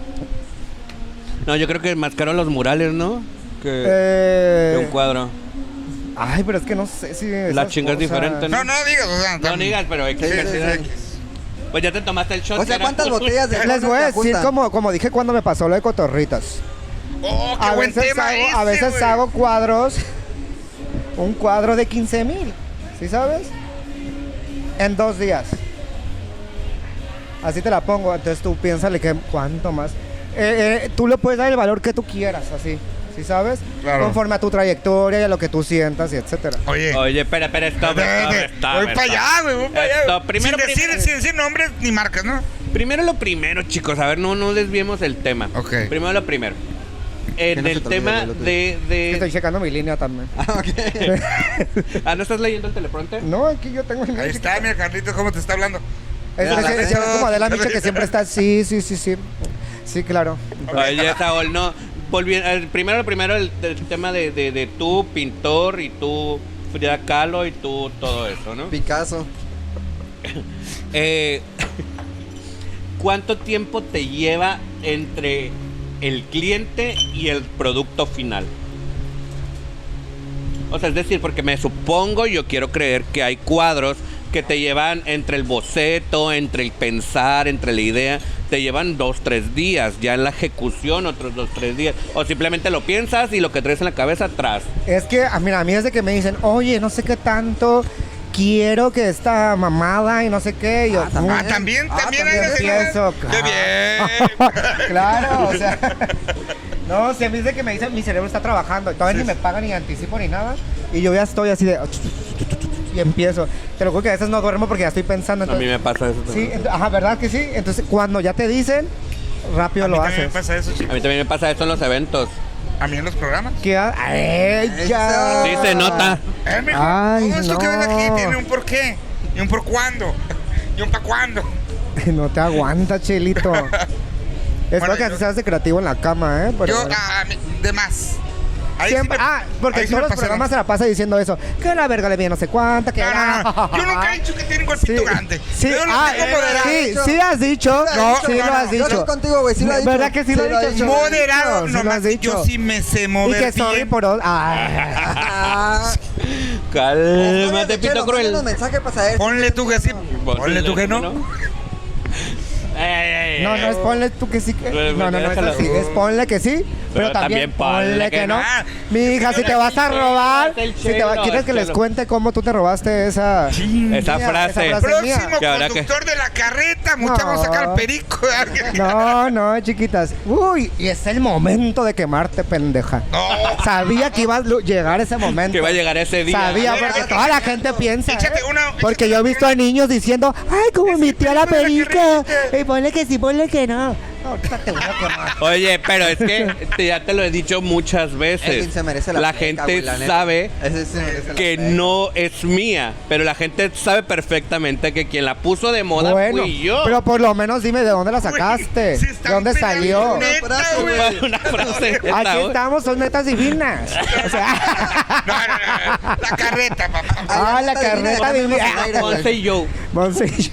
No, yo creo que más caro los murales, ¿no? Que, Eh, que un cuadro. Ay, pero es que no sé si... La esas chinga es cosas- diferente, No, no digas, o sea, No tam- digas, pero hay que Sí, Sí, sí, sí, sí. sí. Pues ya te tomaste el shot. O sea, que era- ¿cuántas botellas de Les ron voy a te decir ajustan? como, como dije cuando me pasó lo de cotorritas. Oh, qué A buen veces, tema hago, ese, a veces güey. hago cuadros, un cuadro de quince mil, ¿sí sabes? En dos días. Así te la pongo, entonces tú piénsale que cuánto más. Eh, eh, tú le puedes dar el valor que tú quieras, así, ¿sí sabes? Claro. Conforme a tu trayectoria y a lo que tú sientas y etcétera. Oye, Oye, espera, espera, stop, stop, stop, voy para allá, güey, voy para allá. Stop. Primero, sin, decir, primero, sin decir nombres ni marcas, ¿no? primero lo primero, chicos. A ver, no, no desviemos el tema. Ok. Primero lo primero. Que En no se el te olvide, tema güey, lo tuyo. de... de- Estoy checando mi línea también. Ah, ok. Ah, ¿no estás leyendo el teleprompter? No, aquí yo tengo mi Ahí está, mira, Carlitos, cómo te está hablando. Es, Mira, es- es- Carlitos. es como Adela Micha que siempre está. Sí, sí, sí, sí. Sí, claro. Oye, Saúl, no. Volvi- eh, primero, lo primero, el, el tema de, de, de tú, pintor, y tú, Frida Kahlo, y tú, todo eso, ¿no? Picasso. Eh, ¿Cuánto tiempo te lleva entre el cliente y el producto final. O sea, es decir, porque me supongo, yo quiero creer que hay cuadros que te llevan entre el boceto, entre el pensar, entre la idea, te llevan dos, tres días, ya en la ejecución otros dos, tres días, o simplemente lo piensas y lo que traes en la cabeza atrás. Es que, ah, mira, a mí desde que me dicen, oye, no sé qué tanto, quiero que esta mamada y no sé qué, y yo, Ah, también. Ah, también, Ah, también también hay de pienso, ¡Qué bien! claro, o sea, no, si a mí desde que me dicen, mi cerebro está trabajando, y todavía Sí. ni me pagan ni anticipo ni nada, y yo ya estoy así de, y empiezo, te lo juro que a veces no duermo porque ya estoy pensando, A mí entonces, me pasa eso sí, también. ent- ajá, ¿verdad que sí? Entonces, cuando ya te dicen, rápido A mí lo también me haces. pasa eso, A chicos. mí también me pasa eso en los eventos. A mí en los programas. ¿Qué ha- ¡Ay, ya! Sí se nota. Eh, mijo, Ay, todo esto que ves aquí no. tiene un por qué, y un por cuándo, y un pa' cuándo. No te aguanta, Chelito. Espero Bueno, que yo- así seas de creativo en la cama, ¿eh? Pero Yo, bueno. ah, mi- de más. Ahí sí Siempre, me- ah, porque ahí en sí me todos los pasaron. programas se la pasa diciendo eso. Que la verga le viene no sé cuánta, que No, no, no. Yo nunca he dicho que tienen cuerpito Sí, grande. sí, Yo lo ah, tengo eh, moderado. sí, sí has dicho. Sí, No, sí, sí no, lo no, has yo dicho. estoy contigo, güey, sí lo ha dicho. ¿Verdad que sí lo ha ha dicho? Moderado, Sí lo has nomás que dicho. yo sí me sé Y mover que sorry bien. por... o- Ah. Ah, Cálmate, pito Chelo, cruel. mándanos mensaje para saber. Ponle tú que sí, ponle tú que no. Ey, ey, No, ey. no es ponle tú que sí que... Pues, No, no, no es déjalo. así. Es ponle que sí, pero, Pero también, también ponle que, no. no. Mi hija, si te vas a robar... Es el Si te va- chelo, ¿Quieres es que les chelo. cuente cómo tú te robaste esa... Esa Mía, frase. esa frase. Próximo Que ahora que- conductor de la carreta, mucha No. vamos a sacar el perico. No, no, chiquitas. Uy, y es el momento de quemarte, pendeja. No. Sabía que iba a lu- llegar ese momento. Que va a llegar ese día. Sabía, A ver, porque a ver, toda la gente piensa. échate ¿eh? una- Porque échate yo he una- visto a niños diciendo, ay, como Es mi el tía la perico de la perica. carreta. Y ponle que sí, ponle que no. No, ahorita te voy a quemar. Oye, pero es que te- ya te lo he dicho muchas veces. Elvin se merece la pleca, gente güey, la neta. sabe Ese se merece la que pleca. no es mía, pero la gente sabe perfectamente que quien la puso de moda Bueno, fui yo. pero por lo menos dime de dónde la Güey, sacaste. se ¿De están dónde peleando salió? neta, güey. Fue una frase neta, Aquí güey. estamos, son netas divinas. O sea, No, no, no, no. La carreta, papá. ah, la neta carreta divina, divina. ya tenemos al aire, güey. Monse y yo. Monse.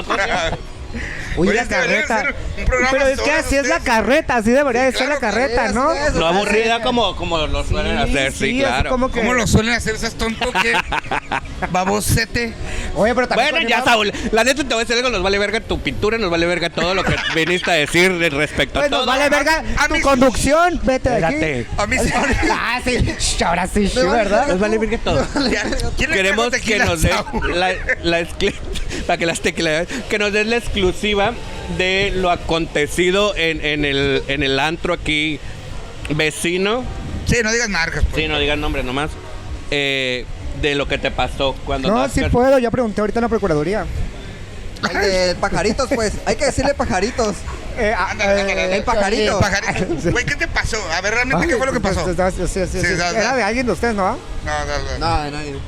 Uy, Oye, la este debería carreta. ser un programa Pero es que todos así es la ustedes. carreta, así debería de ser Claro, la carreta, sí, ¿no? así es. No aburrida como, como lo suelen hacer, sí, sí, claro. así como que... ¿Cómo lo suelen hacer esas tontos que babosete? Oye, pero también... Bueno, con ya, animados- Saúl. La neta te voy a decir algo, nos vale verga tu pintura, nos vale verga todo lo que viniste a decir respecto a Pues todo. nos vale verga a tu mí sí. conducción. Vete de aquí. Espérate. A mí sí. Ah, sí. Sh, ahora sí, sí, Me vale ¿verdad? Nos vale verga todo. Ya, ¿quién le Queremos cargó que tequila, nos des Saúl? la, la exclu- para que las tequilas, que nos des la exclusiva de lo acontecido en, en el en el antro aquí vecino. Sí, no digas marcas. Pues. Sí, no digan nombre nomás. Eh, de lo que te pasó cuando No, andabas sí con- puedo. Ya pregunté ahorita en la procuraduría. El de pajaritos, pues. Hay que decirle pajaritos. Eh, ah, Ándale, ándale, eh, el pajarito. eh, Pajarito. Güey, ¿qué te pasó? A ver, realmente, ¿qué fue lo que pasó? Pues, pues, sí, sí, sí, Sí, sí. da- da. Era de alguien de ustedes, ¿no? No, dale, dale. No, de nadie.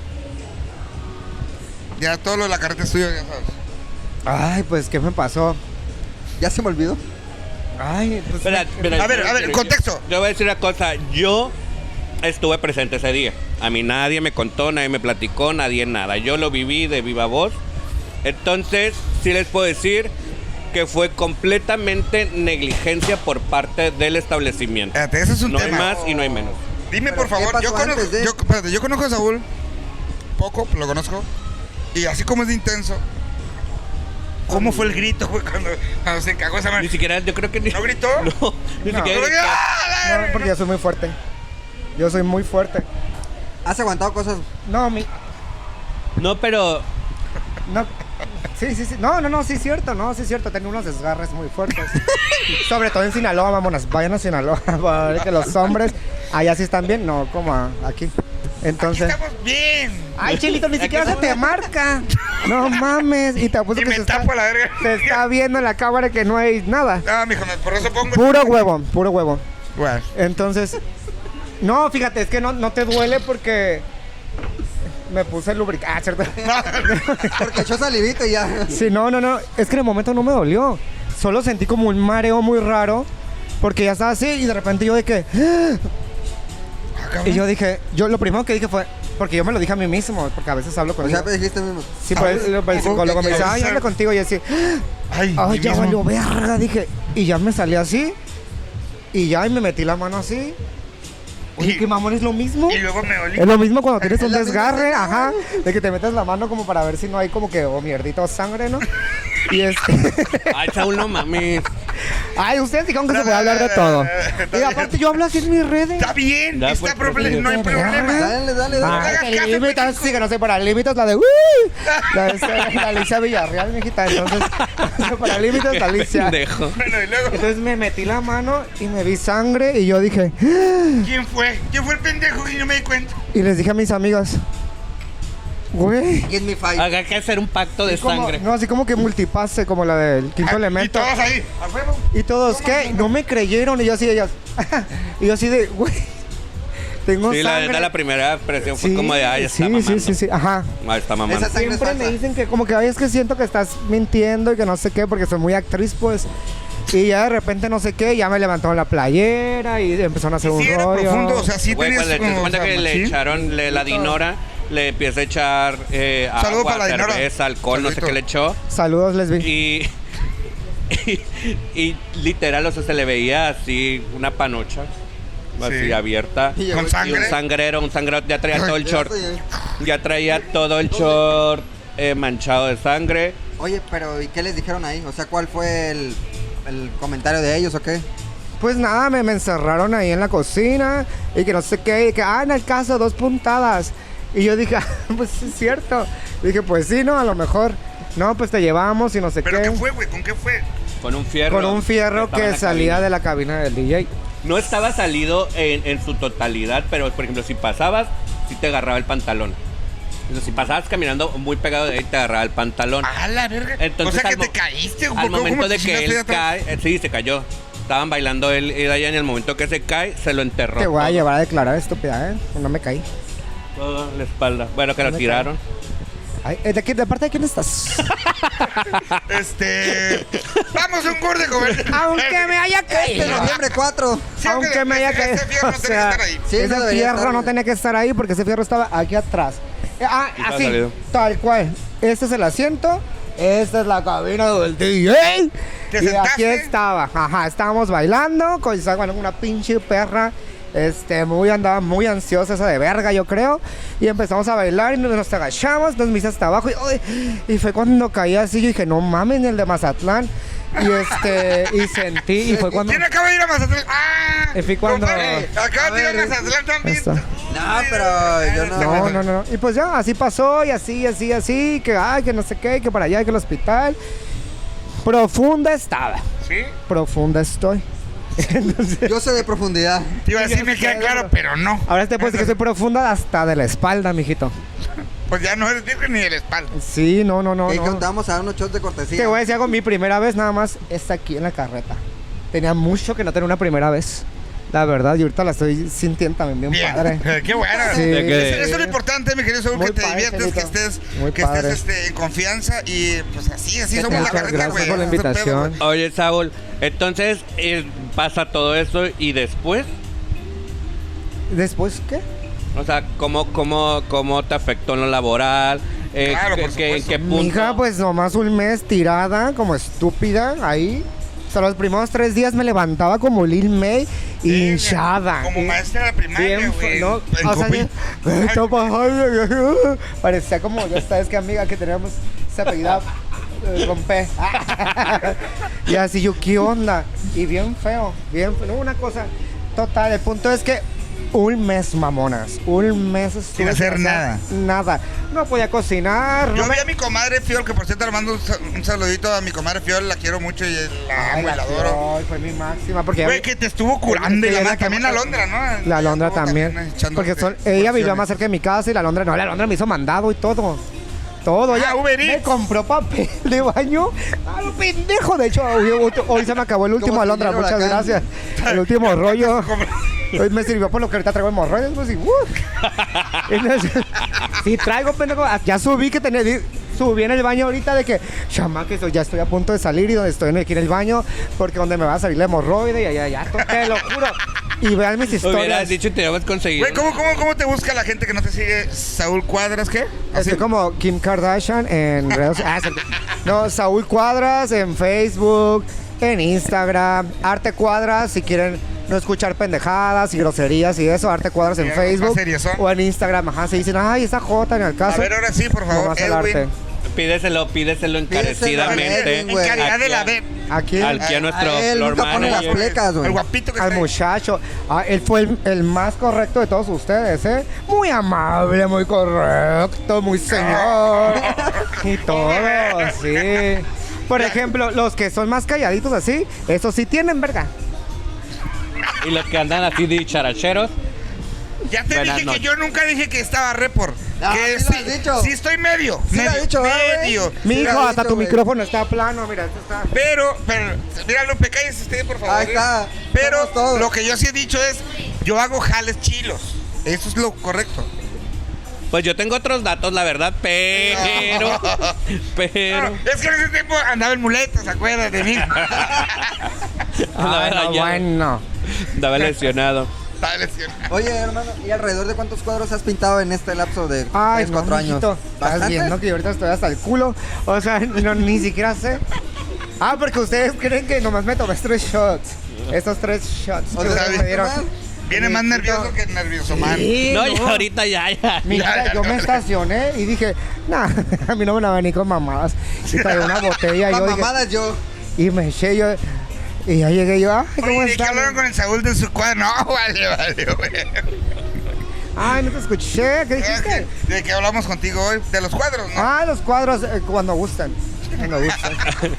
Ya todo lo de la carreta es tuyo, ya sabes. Ay, pues, ¿qué me pasó? Ya se me olvidó. Ay, pues... Espera, espera, A ver, a ver, yo- contexto. Yo voy a decir una cosa. Yo estuve presente ese día. A mí nadie me contó, nadie me platicó, nadie nada. Yo lo viví de viva voz. Entonces, sí les puedo decir que fue completamente negligencia por parte del establecimiento. Espérate, ese es un No hay tema. más y no hay menos. Dime, ¿Pero por favor, qué pasó yo conozco, antes de? yo, espérate, yo conozco a Saúl, poco, lo conozco, y así como es de intenso, ¿cómo fue el grito, güey, cuando, cuando se encagó esa Ni mano? siquiera, yo creo que ni... ¿No gritó? No, ni No. siquiera Pero grité. ya, No, porque yo soy muy fuerte. Yo soy muy fuerte. Has aguantado cosas. No, mi... No, pero... No, sí, sí, sí. No, no, no, sí es cierto, no, sí es cierto. Tengo unos desgarres muy fuertes. Sobre todo en Sinaloa, vámonos. Vayan a Sinaloa. Para ver que los hombres allá sí están bien. No, como a- aquí. Entonces. Aquí estamos bien. Ay, Chilito, ni siquiera se te marca. No mames. Y te apuesto Y que me se está, tapo a la verga. se está viendo en la cámara que no hay nada. No, mijo, me- por eso pongo... Puro huevo, puro huevo. Bueno, Entonces. No, fíjate, es que no, no te duele porque. Me puse lubricante. Ah, cierto. Porque echó salivito y ya. Sí, no, no, no. Es que en el momento no me dolió. Solo sentí como un mareo muy raro. Porque ya estaba así y de repente yo de que. Y yo dije, yo lo primero que dije fue. Porque yo me lo dije a mí mismo. Porque a veces hablo con O sea, él. pues dijiste mismo. Sí, pues el, el psicólogo me dice, ay, habla contigo. Y así, ay, ay, y ya mismo. valió verga. Dije, y ya me salí así. Y ya, y me metí la mano así. Oye, Y- ¿qué mamón es lo mismo? Y luego me olí. Es lo mismo cuando tienes Es un la misma desgarre, cosa, ajá, de que te metes la mano como para ver si no hay como que o mierdita o sangre, ¿no? Y este... Ay, Saúl, no mames. Ay, ustedes dijeron que se puede hablar de todo. Y aparte yo hablo así en mis redes. Está bien, Ya, está pues, proble- no hay pero- problema. Dale, dale, dale. Ay, hagas que caso, límites, pendejo. sí, que no sé, para límites la de... ¡Uy! La de esta- la Alicia Villarreal, mijita, entonces... para límites la Alicia. Pendejo. Bueno, y luego, Entonces me metí la mano y me vi sangre y yo dije... ¿quién fue? ¿Quién fue el pendejo que no me di cuenta? Y les dije a mis amigas... Güey... Give me five. Haga que hacer un pacto de así como- sangre. no, así como que multipase, como la del quinto Ah, elemento. Y todos ahí, a huevo. Y todos, ¿qué? No me creyeron. Y yo así, ellas. y yo así de, güey. Tengo Sí, la sangre. neta, la primera expresión fue Sí, como de, ay, está sí, mamando. sí, sí, sí, ajá. Ay, está mamando. Esa sangre es Siempre me falsa. dicen que como que, ay, es que siento que estás mintiendo y que no sé qué, porque soy muy actriz, pues. Y ya de repente no sé qué, ya me levantaron la playera y empezaron a hacer Y un sí era rollo. profundo, o sea, sí Güey, tenías cuando te das como, cuenta o sea, que le machín. echaron le- la dinora, le empieza a echar eh, Saludo agua, para la dinora. cerveza, alcohol, no sé Saludito. qué le echó. Saludos, Lesbi. Y, y, y literal, o sea, se le veía así una panocha, así Sí. abierta. Y Con llegó- Y sangre. un sangrero, un sangrero, ya traía todo el Ya short, estoy- ya traía todo el short eh, manchado de sangre. Oye, pero ¿y qué les dijeron ahí? O sea, ¿cuál fue el, el comentario de ellos o qué? Pues nada, me, me encerraron ahí en la cocina y que no sé qué, y que, ah, en el caso, dos puntadas. Y yo dije, ah, pues sí es cierto. Dije, pues sí, ¿no? A lo mejor, no, pues te llevamos y no sé ¿Pero qué. qué fue, güey? ¿Con qué fue? Con un fierro. Con un fierro estaba en que la salía cabina. de la cabina del D J. No estaba salido en, en su totalidad, pero por ejemplo, si pasabas, sí te agarraba el pantalón. O sea, si pasabas caminando muy pegado de ahí, te agarraba el pantalón. A la verga. Entonces, o sea, que al mo- te caíste. Al ¿cómo- cómo momento te de que chingaste él de atrás? cae, eh, sí, se cayó. Estaban bailando él y allá en el momento que se cae, se lo enterró. Te voy a todo, llevar a declarar, estúpida, ¿eh? No me caí. toda la espalda. Bueno, que No lo me tiraron. Ay, ¿de, qué- ¿De parte de quién estás? Este. Vamos a un corte comercial. Aunque me haya Este caído. noviembre cuatro. Sí, Aunque me haya ese- caído. ese fierro no O tenía que sea, estar ahí. Sí, no ese debería fierro estar, no güey. tenía que estar ahí porque ese fierro estaba aquí atrás. Eh, ah, Sí, estaba así, salido. tal cual. Este es el asiento. Esta es la cabina del D J. ¿Te Y aquí sentaste? estaba. Ajá, estábamos bailando con bueno, una pinche perra. Este, muy andaba muy ansiosa esa de verga, yo creo. Y empezamos a bailar y nos, nos agachamos, nos mis hasta abajo. Y, uy, y fue cuando caí así, yo dije, no mames, el de Mazatlán. Y este, y sentí, y fue cuando. ¿Quién acaba de ir a Mazatlán? ¡Ah! Y fui cuando- Compadre, acaba de ir a ver, Mazatlán también. Esto. No, pero yo no. No, no, no. Y pues ya, así pasó, y así, así, así, que ay, que no sé qué, que para allá, que el hospital. Profunda estaba. ¿Sí? Profunda estoy. Entonces, Yo sé de profundidad. Te iba a decir, me queda claro, pero no. ahora te puedo decir que soy profunda hasta de la espalda, mijito. Pues ya no eres virgen ni de la espalda. Sí, no, no, no. ¿Qué no. contamos a dar unos shots de cortesía? Te voy a decir algo, mi primera vez nada más es aquí en la carreta. Tenía mucho que no tener una primera vez. La verdad, y ahorita la estoy sintiendo también bien, Bien. padre. Qué bueno. Sí. De que- Eso, eso es lo importante, mi querido Saúl, Muy que te padre, diviertes, que Chelito. estés, Muy que padre. estés este, en confianza y pues así, así somos la Muchas carreta, gracias güey. por la No te pedo, invitación. güey. Oye, Saúl, entonces eh, pasa todo eso y después, ¿Después qué? o sea, ¿cómo, cómo, cómo te afectó en lo laboral? Eh, Claro, ¿qué- por qué- ¿En supuesto. qué punto? Mi hija, pues nomás un mes tirada, como estúpida, ahí. O sea, los primeros tres días me levantaba como Lil May, Sí, hinchada. Como Y- maestra de la primaria, Bien, güey. ¿no? En O sea, Copí. yo- ¿qué está pasando? Parecía como, ya sabes que amiga que teníamos esa apellida eh, con P. Y así yo, ¿qué onda? Y bien feo, bien feo. No, una cosa total. El punto es que un mes, mamonas. Un mes estuve hacer sin nada. Nada. No podía cocinar. Yo no me- vi a mi comadre Fiol, que por cierto le mando un, sa- un saludito a mi comadre Fiol, la quiero mucho y la Ay, amo y la adoro. Fiol, fue mi máxima. Porque Güey, que te estuvo curando y la Ella madre, que- también la Londra, ¿no? La Ella Londra estuvo también. echándote Porque son, ella vivía porciones. más cerca de mi casa y la Londra no. La Londra me hizo mandado y todo. Todo. Ah, Ella Uber me Eats. compró papel de baño. A lo pendejo. De hecho, hoy, hoy se me acabó el último Como Alondra. señor Muchas huracán. gracias. El último rollo. Hoy me sirvió por lo que ahorita traigo hemorroides. Pues, y, uh. Entonces, sí, traigo, pendejo. Ya subí que tenía. di- Subí en el baño ahorita de que, chama, que ya estoy a punto de salir y donde estoy aquí en el baño, porque donde me va a salir la hemorroide y allá, ya, te lo juro. Y vean mis Hubieras historias. dicho y te habías conseguido. Güey, ¿cómo, cómo, ¿cómo te busca la gente que no te sigue? Saúl Cuadras, ¿qué? Así. Estoy como Kim Kardashian en redes ah, sí. No, Saúl Cuadras en Facebook, en Instagram, Arte Cuadras, si quieren no escuchar pendejadas y groserías y eso, Arte Cuadras en Sí, algo más Facebook seriezón. o en Instagram, ajá, se dicen, ay, esa Jota en el A caso. ver, ahora sí, por favor, nomás el Edwin. arte. Pídeselo, pídeselo encarecidamente. Edwin, En güey. calidad de la Aquí a- B. Aquí, Aquí a nuestro A él floor nunca pone las manager. plecas, güey. El guapito que al está ahí. muchacho. Ah, él fue el, el más correcto de todos ustedes, ¿eh? Muy amable, muy correcto, muy señor. Y todo, sí. Por ejemplo, los que son más calladitos así, esos sí tienen, verga. Y los que andan así de characheros. Ya te Buenas dije noches. que yo nunca dije que estaba report. Ah, que sí lo has dicho. sí estoy medio. Sí lo medio, has dicho, ¿verdad, güey? medio. Mi Sí, hijo, lo has hasta dicho, tu güey. micrófono está plano, mira, esto está. Pero, pero, mira, Lupe, cállese usted, por favor. Ahí está. Pero Somos todos. lo que yo sí he dicho es, yo hago jales chilos. Eso es lo correcto. Pues yo tengo otros datos, la verdad, pero. Pero. No, es que en ese tiempo andaba en muletas, ¿se acuerdan de mí? Andaba Ay, no, rayado. bueno. Andaba lesionado. Estaba lesionado. Oye, hermano, ¿y alrededor de cuántos cuadros has pintado en este lapso de Ay, tres, no, cuatro años? mijito, estás ¿Bastantes? viendo que yo ahorita estoy hasta el culo. O sea, no, ni siquiera sé. Ah, porque ustedes creen que nomás me tomé tres shots. Estos tres shots O que sea, ustedes me dieron. ¿más? Viene más Mijito. nervioso que nervioso, man. Sí, No, y ahorita ya, ya. Mira, yo me estacioné y dije, nah, a mí no me la van a venir con mamadas. Y traía una botella y Pa' yo dije, mamadas yo. y me eché yo. Y ya llegué yo, ay, ¿cómo Oye, ¿de qué están? hablaron con el Saúl de su cuadro? No, vale, vale, güey. Ay, no te escuché, ¿qué dijiste? ¿De qué hablamos contigo hoy? De los cuadros, ¿no? Ah, los cuadros, eh, cuando gustan. Cuando gustan.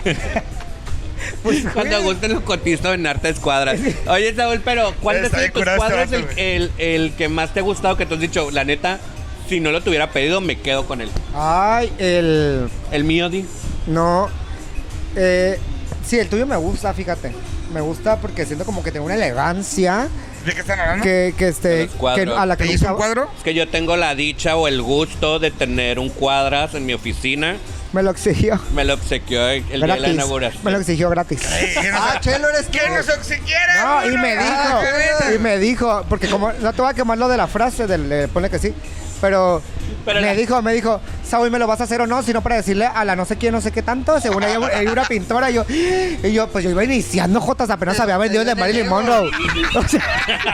Pues, Cuando güey, gusten los cotistas en Arte Escuadras. Oye, Saúl, pero ¿cuál Está es bien tus curado este cuadros vato, el, güey. el, el que más te ha gustado que tú has dicho? La neta, si no lo tuviera pedido, me quedo con él. Ay, el. El mío, di. No. Eh, sí, el tuyo me gusta, fíjate. Me gusta porque siento como que tiene una elegancia ¿De qué están hablando? que, que De este. los cuadros. Que a la que ¿Te hizo un nunca- cuadro? Es que yo tengo la dicha o el gusto de tener un cuadras en mi oficina. Me lo exigió. Me lo obsequió el, el día de la Gratis. inauguración. Me lo exigió gratis. Eh, ¿qué nos- Ah, Chelo, eres tú. ¿Qué nos obsequiera? No, y me Ah, qué dijo, bueno. y me dijo, porque como no te voy a quemar lo de la frase, del, le pone que sí, pero, Pero me la- dijo, me dijo, Saúl, ¿me lo vas a hacer o no? Sino para decirle a la no sé quién, no sé qué tanto, según ella, ella una pintora, y yo, y yo, pues yo iba iniciando Jotas, apenas había vendido el de Marilyn Monroe. O sea,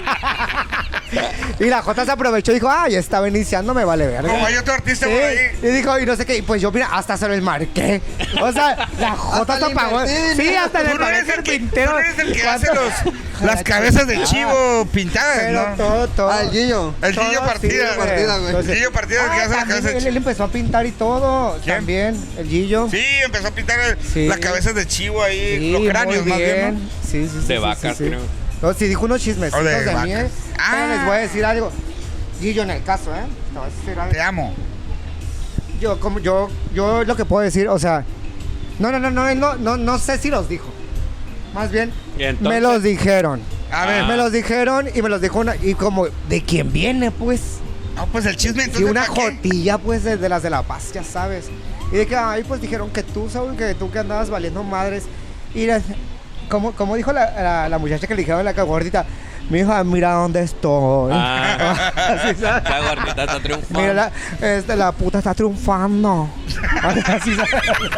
y la Jota se aprovechó y dijo, ay, estaba iniciando, me vale verga. Como hay otro artista Sí, por ahí. y dijo, y no sé qué, y pues yo, mira, hasta se lo enmarqué. O sea, la Jota Hasta se le apagó. invertí, Sí, mira. hasta le Tú no pagué eres el el que, tú pintero. no eres el que hace ¿Cuánto? los, las cabezas de chivo pintadas, Pero ¿no? todo, todo. Ah, el Gillo. El todo Gillo sí, Partida. güey. Partida, güey. Entonces- El Gillo Partida, el que Ah, hace la también cabeza de él, él chivo. empezó a pintar y todo. ¿Quién? También, el Gillo. Sí, empezó a pintar el- Sí. las cabezas de chivo ahí, Sí, los cráneos muy más bien, ¿no? Sí, sí, sí. De sí, vacas, sí, sí. creo. No, sí, dijo unos chismecitos O de de, mí. vacas. eh. Ah. Pero les voy a decir algo. Gillo, en el caso, ¿eh? Te voy a decir algo. Te amo. Yo, como, yo, yo lo que puedo decir, o sea, no, no, no, no, no, no, no sé si los dijo. Más bien, ¿Y entonces? me los dijeron. A ver, Me los dijeron y me los dijo una, y como, ¿de quién viene, pues? no, pues el chisme Y entonces. una ¿para qué? jotilla, pues, de, de las de La Paz, ya sabes. Y de que, ay, pues dijeron que tú, Saúl, que tú que andabas valiendo madres. Y la- como, como dijo la, la, la muchacha que le dijeron la gordita, mi hija, mira dónde estoy. Ah. Así, ¿sabes? La gordita está triunfando. Mira, la, este, la puta está triunfando. Así, ¿sabes?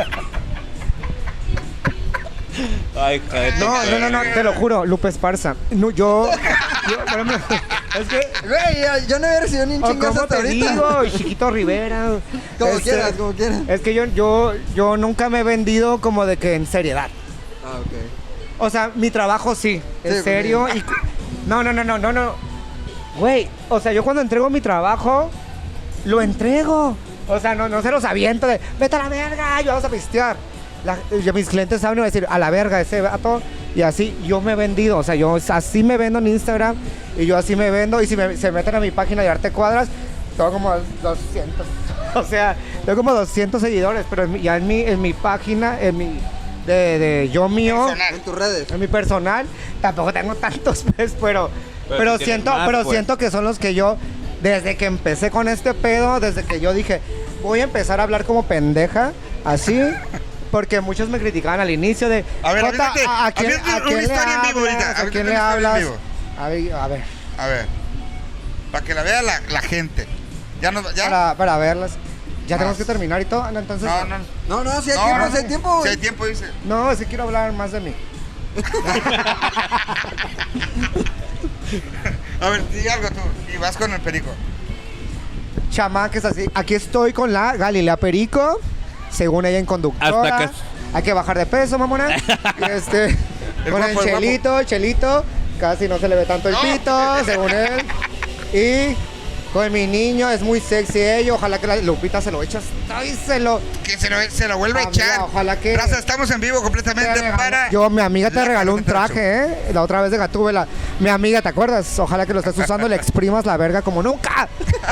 Ay, cállate, No, no, no, no, te lo juro, Lupe Esparza. No, yo. yo pero me- es que. Güey, yo- yo no había recibido ni un O chingazo ¿cómo hasta te ahorita. digo? Chiquito Rivera. Como Este, quieras, como quieras. Es que yo, yo, yo nunca me he vendido como de que en seriedad. Ah, ok. O sea, mi trabajo sí, en Sí, serio. Y, cu- no, no, no, no, no, no. Güey, o sea, yo cuando entrego mi trabajo, lo entrego. O sea, no, no se los aviento de, vete a la verga, y vamos a pistear. La- yo- mis clientes saben y van a decir, a la verga ese vato. Y así yo me he vendido. O sea, yo así me vendo en Instagram y yo así me vendo. Y si me- se meten a mi página de Arte Cuadras, tengo como doscientos. O sea, tengo como doscientos seguidores, pero en mi- ya en mi, en mi página, en mi, de, de yo mío, Personal. En tus redes. en mi personal, tampoco tengo tantos, pues, pero, Pero pero, tú tienes siento, más, pero pues. siento que son los que yo, desde que empecé con este pedo, desde que yo dije, voy a empezar a hablar como pendeja, así, porque muchos me criticaban al inicio de, A ver, "Jota, aviéntate, ¿a, a quién, aviéntate a una quién le historia en vivo ahorita, hablas? ¿A aviéntate quién le una historia en hablas? vivo. A ver, a ver, A ver. Para que la vea la, la gente. Ya nos. Ya. para, para verlas. Ya Más. tenemos que terminar y todo, no, entonces, No, no. No, no, si hay No, tiempo, no, si hay tiempo, Si güey. hay tiempo, dice. no, sí quiero hablar más de mí. A ver, di algo tú. Y vas con el perico. Chamaques así. Aquí estoy con la Galilea Perico, según ella en conductora. Hasta que- Hay que bajar de peso, mamona. Y este, El con guapo, el el chelito, el chelito. Casi no se le ve tanto el No. pito, según él. Y con mi niño, es muy sexy ello. Ojalá que la Lupita se lo eche hasta y se lo... Que se lo, se lo vuelva a Amiga, echar. ojalá que- Raza, estamos en vivo completamente te regaló- para... Yo, mi amiga te la regaló un Carlota traje, ¿eh? La otra vez de Gatúbela. Mi amiga, ¿te acuerdas? Ojalá que lo estés usando, le exprimas la verga como nunca.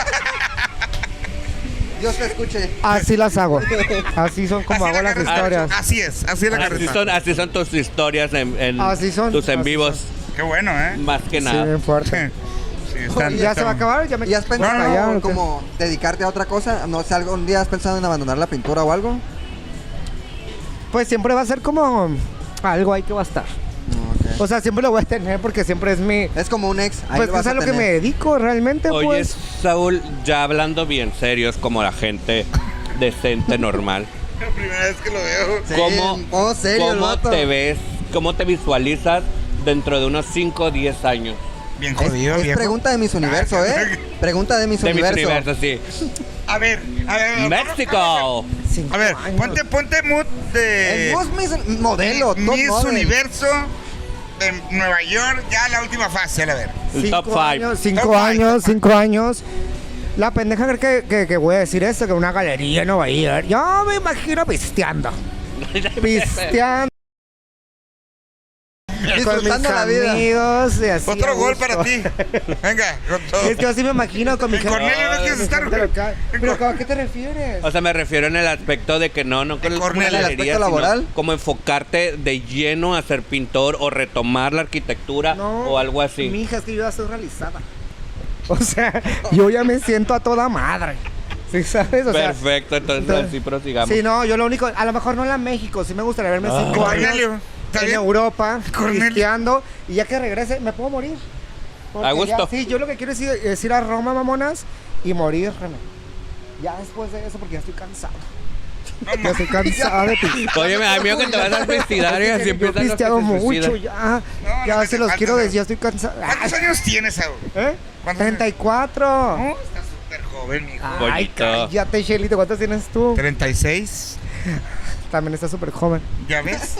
Dios te escuche. Así las hago. Así son como Así hago la las carreta. historias. Así es, así es la Así carreta. son, así son tus historias en, en Así son, tus en así vivos. son. Qué bueno, ¿eh? Más que Sí, nada. bien fuerte. Sí, están- ¿Ya se va a están- acabar? ¿Ya me... ¿Y has pensado No, no, no, en ¿qué? como dedicarte a otra cosa? No sé, ¿algún día has pensado en abandonar la pintura o algo? Pues siempre va a ser como algo ahí que va a estar. No, ok. O sea, siempre lo voy a tener porque siempre es mi... Es como un ex. Ahí Pues lo vas es a lo que tener. me dedico realmente, Oye, pues. Saúl, ya hablando bien serios como la gente decente, normal. La primera vez que lo veo. Sí, ¿Cómo, oh, serio, el cómo vato. te ves, cómo te visualizas dentro de unos cinco o diez años? Bien Es, jodido, es viejo. pregunta de Miss Universo, ¿eh? Pregunta de Miss De mis Universo. universos, sí. A ver, a ver. México. Cinco A ver, años. ponte, ponte mood de... El Miss, Miss modelo, top Miss model. Universo en Nueva York, ya la última fase, a ver. El Cinco top five. años, cinco Top five, años, top five. cinco años. La pendeja cree que, que, que voy a decir esto, que una galería en Nueva York. Yo me imagino pisteando. Pisteando con mis Disfrutando la vida. amigos. Y así a Otro gol gusto. para ti. Venga, con todo. Es que así me imagino con mi En gente. Cornelio no quieres mi estar, gente güey. local. Pero ¿a qué te refieres? O sea, me refiero en el aspecto de que no, no con En el, como Cornell, una el galería, aspecto sino laboral. como enfocarte de lleno a ser pintor o retomar la arquitectura o algo así. Mija, es que yo ya estoy realizada. O sea, yo ya me siento a toda madre. ¿Sí sabes? O sea, Perfecto, entonces, entonces- así prosigamos. sí, no, yo lo único, a lo mejor no en la México, sí me gustaría verme cinco años Cornelio, ¿está en bien? Europa, Cornelio. cristiando, y ya que regrese, me puedo morir. Porque A gusto. ya- sí, yo lo que quiero es ir, es ir a Roma, mamonas, y morirme. Ya después de eso, porque ya estoy cansado. Ya estoy cansado de pistear. Oye, me da miedo que te vas a suicidar y así Yo he empiezan los que pisteado se mucho, suicidan. ya. No, ya no, se te los falta, quiero ¿no? decir, ya estoy cansado. ¿Cuántos años tienes, Saúl? ¿Eh? ¿Cuántos treinta y cuatro. No, estás súper joven, mijo. Ay, Pollito. cállate, Shelito, ¿cuántos tienes tú? treinta y seis. También estás súper joven. ¿Ya ves?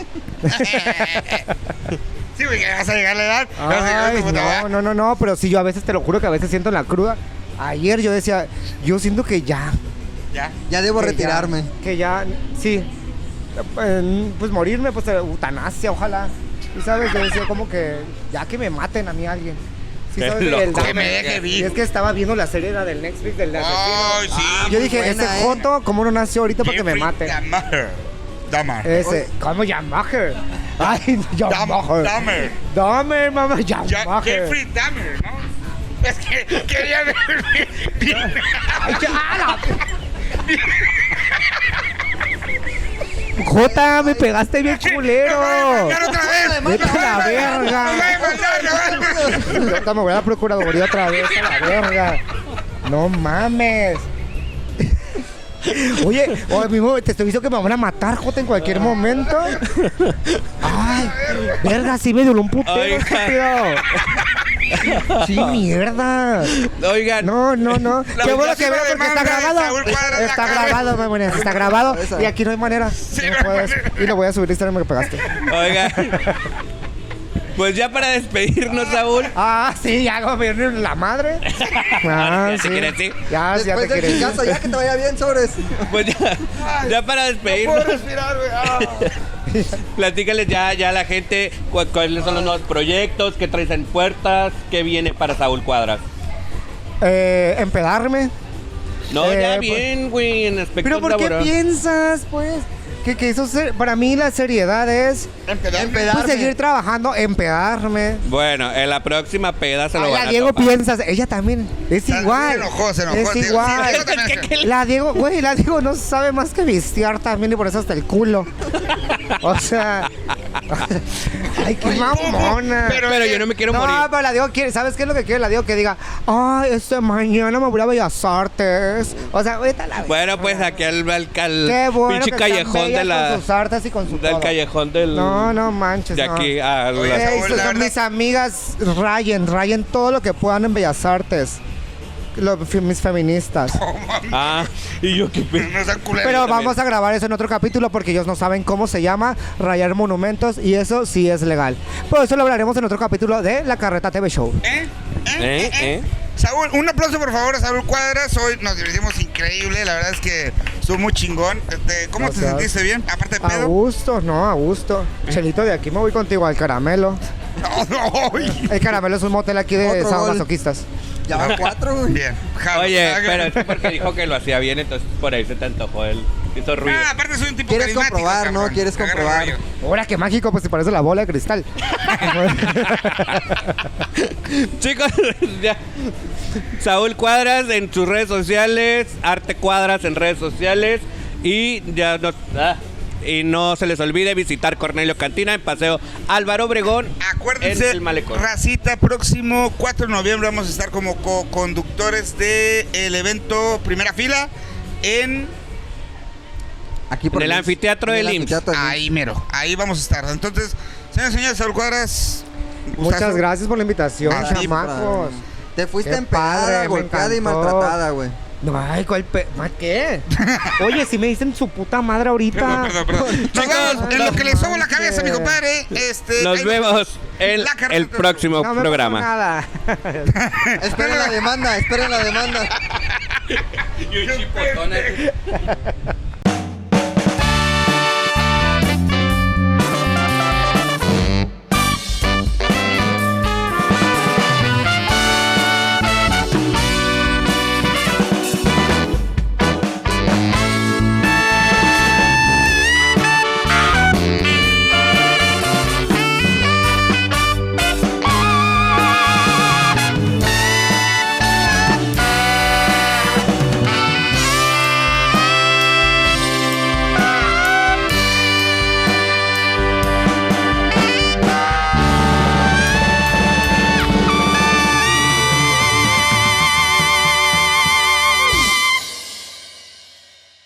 Sí, güey, ya vas a llegar a la edad. Ya vas a llegar a Ay, tu puta no, edad. no, no, no, pero sí, yo a veces te lo juro que a veces siento en la cruda. Ayer yo decía, yo siento que ya. Ya. Ya debo que retirarme. ya- que ya, sí. Eh, Pues morirme, pues eutanasia, ojalá. Y sabes, yo decía como que ya que me maten a mí alguien. Sí, Qué sabes, loco. el Que Dahmer. me deje Y vivo. es que estaba viendo la serie la del Netflix del asesino. Ay, sí. Yo muy dije, buena, ese ¿eh? joto, ¿cómo no nació ahorita para que me Jeffrey mate? Dahmer. Dahmer. Ese, ¿cómo Yamaher? Ay, Yamaher. Dahmer. Dahmer, mamá, Ya- Yamaher. Jeffrey Dahmer, ¿no? Es que quería ver bien. Ay, ya, ah, la- Jota, me pegaste bien culero. ¡Mandar otra vez! Vete a la verga. ¡Me voy a mandar, me voy a mandar! Jota, me voy a la procuraduría otra vez a la verga. No mames. Oye, oye, mismo te estoy diciendo que me van a matar, Jota, en cualquier momento. Ay, verga, sí me dolió un putero, Oiga. estúpido. Sí, mierda. Oigan, No, no, no. La Qué bueno que última veo porque está demanda de grabado. Saúl Cuadras la Está cabeza. grabado, mamones, está grabado. Esa. Y aquí no hay manera. Sí, No no hay puedes. manera. Y lo voy a subir a Instagram que pegaste. oigan. Pues ya para despedirnos, Saúl. Ah, sí, ya como me dieron la madre. Ah, ¿Ya te quieres ir? Ya, ya Después te del quieres ir. chingazo, ya que te vaya bien, sobres. Pues ya, ya para despedirnos. respirar, güey. Ah. Platícales ya, ya a la gente cu- cuáles son los nuevos proyectos, qué traes en puertas, qué viene para Saúl Cuadras. Eh, empedarme. No, Eh, ya pues- bien, güey, en aspectos Pero ¿por qué laborales. piensas, pues? Que, que eso ser- para mí la seriedad es Empedarme. pues, seguir trabajando, empedarme. Bueno, en la próxima peda se lo Ay, van la a Diego tomar. piensas, ella también es Se igual. enojó, se enojó, Es Diego. igual. Sí, Diego también se- La Diego, güey, la Diego no sabe más que vistear también y por eso hasta el culo. O sea, Ay, qué Oye, mamona. pero- Pero yo no me quiero No, morir. pero la Diego quiere, ¿sabes qué es lo que quiere la Diego? Que diga, ay, este mañana me voy a Bellas Artes. O sea, ahorita la Bueno, pues aquí al, al, al Qué bueno pinche que están callejón de bellas la. con sus artes y con su Del todo. callejón del. No, no manches, De no. aquí a Oye, la- Saúl, Ey, la son verdad- mis amigas, rayen, rayen todo lo que puedan en Bellas Artes. Lo- fi- mis feministas. Ah, y yo qué pe- No sean culeros. Pero también. vamos a grabar eso en otro capítulo porque ellos no saben cómo se llama rayar monumentos y eso sí es legal. Por eso lo hablaremos en otro capítulo de La Carreta T V Show. ¿Eh? ¿Eh? ¿Eh? ¿Eh? Saúl, un aplauso por favor a Saúl Cuadras. Hoy nos divertimos increíble. La verdad es que estuvo muy chingón. Este, ¿Cómo te Gracias. sentiste bien? Aparte de A pedo. gusto, no, a gusto. Chelito, de aquí me voy contigo al Caramelo. No, no. El Caramelo es un motel aquí de Otro gol. sadomasoquistas. Ya van cuatro, güey. Bien. Jalo. Oye, Haga- pero es porque dijo que lo hacía bien, entonces por ahí se te antojó él. Hizo ruido. Ah, aparte soy un tipo ¿Quieres carismático, comprobar, cabrón. no? ¿Quieres Agarra comprobar? rollo. Ahora qué mágico, pues si parece la bola de cristal. Chicos, ya. Saúl Cuadras en sus redes sociales, Arte Cuadras en redes sociales y ya nos, ah, y no se les olvide visitar Cornelio Cantina en Paseo Álvaro Obregón Acuérdense, en el Malecón. Racita, próximo cuatro de noviembre vamos a estar como co-conductores del evento Primera Fila en... Aquí por En el I M S S. anfiteatro En del el I M S S. anfiteatro del I M S S. Ahí mero, ahí vamos a estar. Entonces, señores y señores, Saúl Cuadras. Muchas gustazo. gracias por la invitación, A ti, chamacos. Te fuiste Qué empedada, padre, me golpeada y encantó. maltratada, güey. No, ay, ¿cuál pe... ¿Ma ¿Qué? Oye, si me dicen su puta madre ahorita. Perdón, perdón, perdón. Nos vemos en lo que le sobo la cabeza, mi manches. compadre. Este, Nos ahí vemos en La carreta el de- próximo No me pasó programa. nada. Esperen la demanda, esperen la demanda. Y un chipotón así.